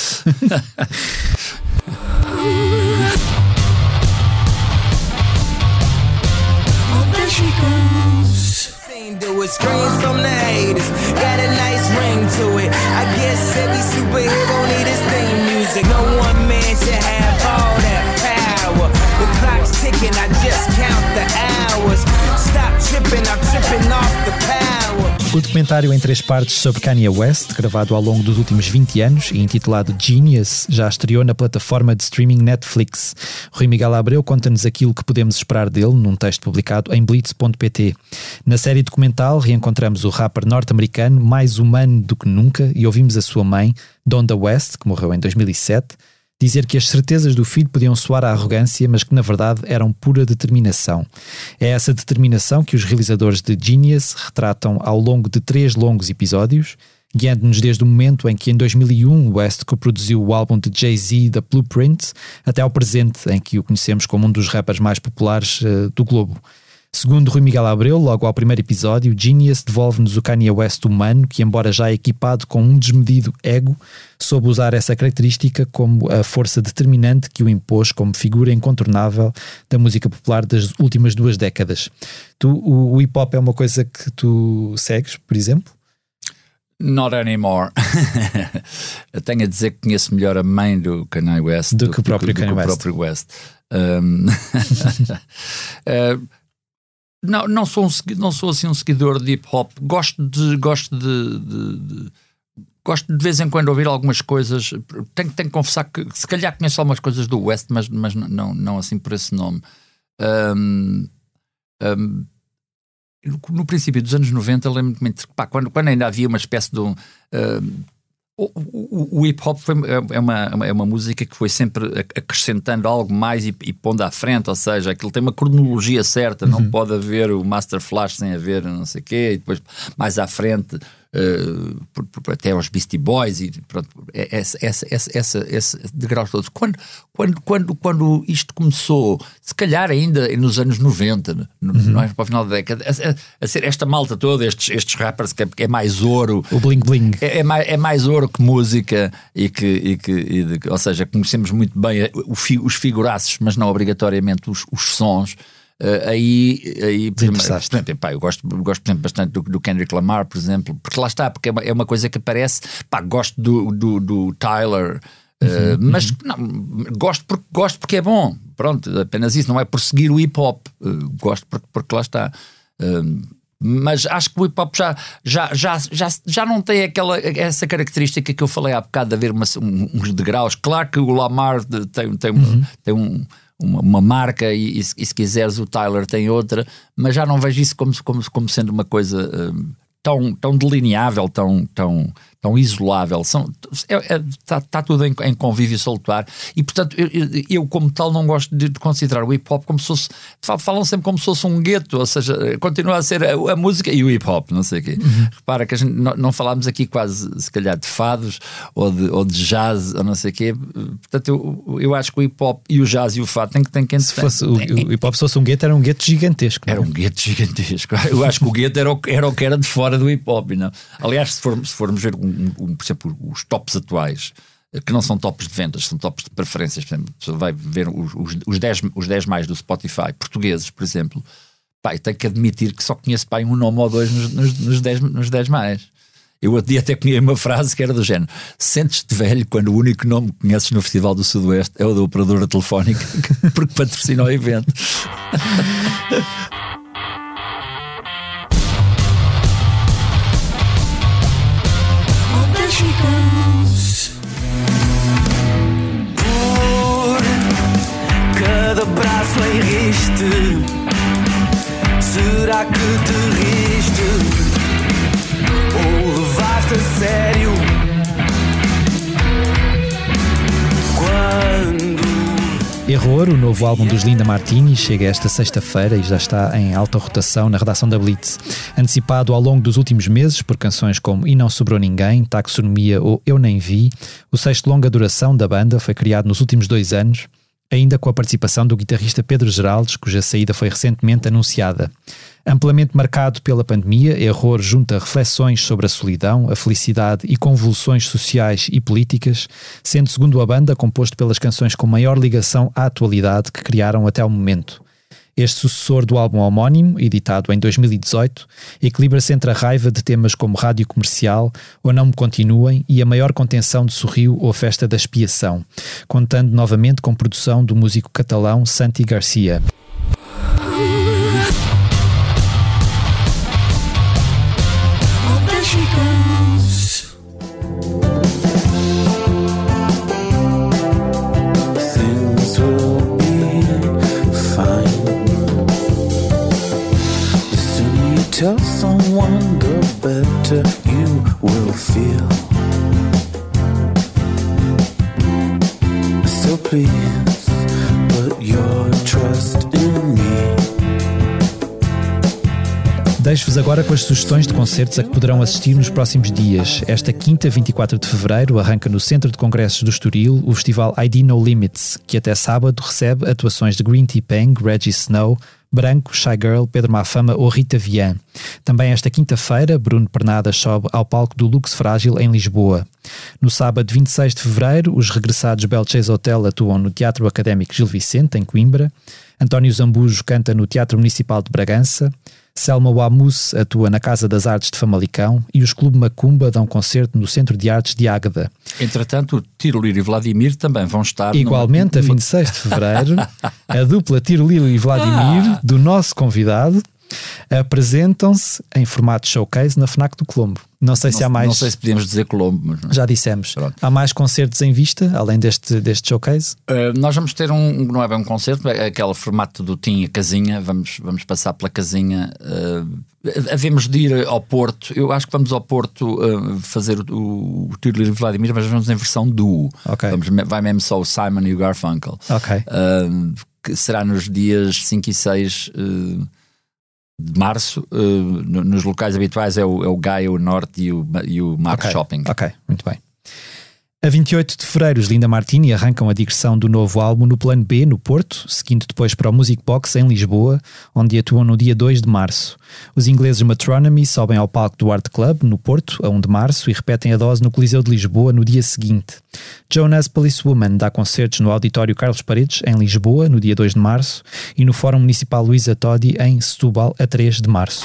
Do it, screams from the haters, got a nice ring to it. I guess every superhero need his theme music. No one man should have all that power. The clock's ticking, I just count the hours. Stop tripping, I'm tripping off the power. O documentário em 3 partes sobre Kanye West, gravado ao longo dos últimos 20 anos e intitulado Genius, já estreou na plataforma de streaming Netflix. Rui Miguel Abreu conta-nos aquilo que podemos esperar dele num texto publicado em Blitz.pt. Na série documental reencontramos o rapper norte-americano mais humano do que nunca e ouvimos a sua mãe, Donda West, que morreu em 2007, dizer que as certezas do filho podiam soar à arrogância, mas que na verdade eram pura determinação. É essa determinação que os realizadores de Genius retratam ao longo de 3 longos episódios, guiando-nos desde o momento em que em 2001 West coproduziu o álbum de Jay-Z, The Blueprint, até ao presente em que o conhecemos como um dos rappers mais populares do globo. Segundo Rui Miguel Abreu, logo ao primeiro episódio, Genius devolve-nos o Kanye West humano que, embora já equipado com um desmedido ego, soube usar essa característica como a força determinante que o impôs como figura incontornável da música popular das últimas 2 décadas. O hip-hop é uma coisa que tu segues, por exemplo? Not anymore. Eu tenho a dizer que conheço melhor a mãe do Kanye West do que o próprio Kanye West. Não sou assim um seguidor de hip hop. Gosto de vez em quando ouvir algumas coisas. Tenho que confessar que se calhar conheço algumas coisas do West, mas não assim por esse nome. No princípio dos anos 90 lembro-me quando ainda havia uma espécie de o hip-hop é uma música que foi sempre acrescentando algo mais e pondo à frente, ou seja, aquilo tem uma cronologia certa, não pode haver o Master Flash sem haver não sei o quê, e depois mais à frente até aos Beastie Boys e pronto, esse degraus todos. Quando isto começou, se calhar ainda nos anos 90, não é para o final da década, a ser esta malta toda, estes rappers que é mais ouro, o bling bling, é mais ouro que música ou seja, conhecemos muito bem os figuraços, mas não obrigatoriamente os sons. Aí por exemplo, eu gosto por exemplo, bastante do Kendrick Lamar, por exemplo, porque lá está, porque é uma coisa que aparece, gosto do Tyler, mas não, gosto porque é bom, pronto, apenas isso, não é por seguir o hip-hop, gosto porque lá está. Mas acho que o hip-hop já não tem essa característica que eu falei há bocado de haver uns degraus. Claro que o Lamar tem uma marca e se quiseres o Tyler tem outra, mas já não vejo isso como sendo uma coisa tão delineável, tão tão isolável, está tudo em convívio salutar, e portanto eu como tal não gosto de considerar o hip hop como se fosse, falam sempre como se fosse um gueto, ou seja, continua a ser a música e o hip hop, não sei o quê. Repara que a gente não falámos aqui quase, se calhar, de fados ou de jazz ou não sei o quê. Portanto eu acho que o hip hop e o jazz e o fado tem que se fosse o hip hop, se fosse um gueto, era um gueto gigantesco, não? Era um gueto gigantesco. Eu acho que o gueto era o que era de fora do hip hop, não? Aliás, se formos ver por exemplo, os tops atuais, que não são tops de vendas, são tops de preferências, por exemplo, você vai ver os 10 mais do Spotify portugueses, por exemplo, pá, eu tenho que admitir que só conheço, pá, um nome ou dois nos 10 mais. Eu outro dia até conhecia uma frase que era do género: sentes-te velho quando o único nome que conheces no Festival do Sudoeste é o da operadora telefónica porque patrocina o evento. Por cada braço em riste, será que te riste ou levaste a sério? Quando Error, o novo álbum dos Linda Martini, chega esta sexta-feira e já está em alta rotação na redação da Blitz. Antecipado ao longo dos últimos meses por canções como E Não Sobrou Ninguém, Taxonomia ou Eu Nem Vi, o sexto longa duração da banda foi criado nos últimos 2 anos, ainda com a participação do guitarrista Pedro Geraldes, cuja saída foi recentemente anunciada. Amplamente marcado pela pandemia, Error junta reflexões sobre a solidão, a felicidade e convulsões sociais e políticas, sendo, segundo a banda, composto pelas canções com maior ligação à atualidade que criaram até ao momento. Este sucessor do álbum homónimo, editado em 2018, equilibra-se entre a raiva de temas como Rádio Comercial ou Não Me Continuem e a maior contenção de Sorriu ou Festa da Expiação, contando novamente com produção do músico catalão Santi Garcia. Tell someone, the better you will feel. So please put your trust in me. Deixo-vos agora com as sugestões de concertos a que poderão assistir nos próximos dias. Esta quinta, 24 de fevereiro, arranca no Centro de Congressos do Estoril o festival ID No Limits, que até sábado recebe atuações de Green Tea Peng, Reggie Snow, Branco, Shy Girl, Pedro Mafama ou Rita Vian. Também esta quinta-feira, Bruno Pernada sobe ao palco do Lux Frágil em Lisboa. No sábado 26 de fevereiro, os regressados Bell Chase Hotel atuam no Teatro Académico Gil Vicente, em Coimbra. António Zambujo canta no Teatro Municipal de Bragança. Selma Wamus atua na Casa das Artes de Famalicão e os Clube Macumba dão concerto no Centro de Artes de Águeda. Entretanto, o Tiroliro e Vladimir também vão estar... Igualmente, a 26 de fevereiro, a dupla Tiroliro e Vladimir, do nosso convidado, apresentam-se em formato showcase na FNAC do Colombo. Não sei se há mais... Não sei se podemos dizer Colombo, mas... Já dissemos. Pronto. Há mais concertos em vista, além deste showcase? Nós vamos ter não é bem um concerto, é aquele formato do Tim, a casinha, vamos passar pela casinha. Havemos de ir ao Porto, eu acho que vamos ao Porto fazer o Tiro e Vladimir, mas vamos em versão duo. Okay. Vai mesmo só o Simon e o Garfunkel. Okay. Que será nos dias 5 e 6 de março. Nos locais habituais é o Gaia, o Norte e o Mar Shopping. Ok, muito bem. A 28 de fevereiro, os Linda Martini arrancam a digressão do novo álbum no Plano B, no Porto, seguindo depois para o Music Box, em Lisboa, onde atuam no dia 2 de março. Os ingleses Metronomy sobem ao palco do Art Club, no Porto, a 1 de março, e repetem a dose no Coliseu de Lisboa no dia seguinte. Jonas Policewoman dá concertos no Auditório Carlos Paredes, em Lisboa, no dia 2 de março, e no Fórum Municipal Luísa Todi, em Setúbal, a 3 de março.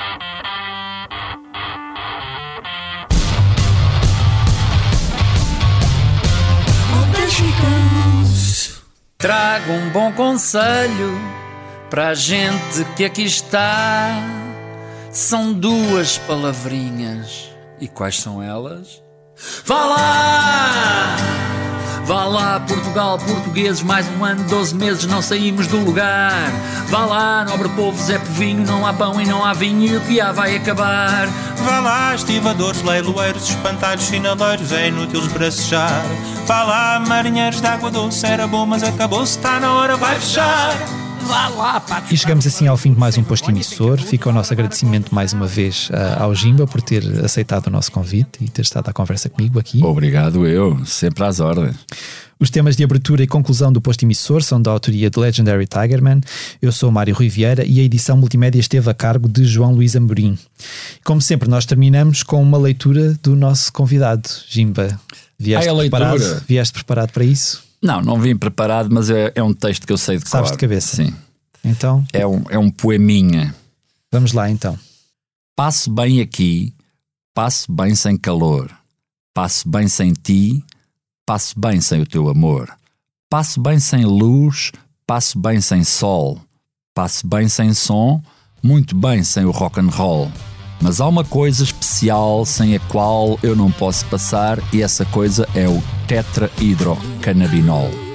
Trago um bom conselho para a gente que aqui está. São 2 palavrinhas. E quais são elas? Vá lá! Vá lá, Portugal, portugueses, mais um ano, 12 meses, não saímos do lugar. Vá lá, nobre povo, Zé Povinho, não há pão e não há vinho e o que há vai acabar. Vá lá, estivadores, leiloeiros, espantalhos, sinaleiros, é inútil esbracejar. Vá lá, marinheiros de água doce, era bom mas acabou-se, está na hora, vai fechar. Vá lá, pá. E chegamos assim ao fim de mais um posto emissor. Fica o nosso agradecimento mais uma vez ao Jimba por ter aceitado o nosso convite e ter estado à conversa comigo aqui. Obrigado eu, sempre às ordens. Os temas de abertura e conclusão do posto emissor são da autoria de Legendary Tigerman. Eu sou Mário Rui Vieira e a edição multimédia esteve a cargo de João Luís Amorim. Como sempre, nós terminamos com uma leitura do nosso convidado, Jimba. Vieste preparado para isso? Não vim preparado, mas é um texto que eu sei de cor. Sabes de cabeça? Sim. Então? É um poeminha. Vamos lá então. Passo bem aqui, passo bem sem calor. Passo bem sem ti, passo bem sem o teu amor. Passo bem sem luz, passo bem sem sol. Passo bem sem som, muito bem sem o rock and roll. Mas há uma coisa especial sem a qual eu não posso passar e essa coisa é o tetrahidrocannabinol.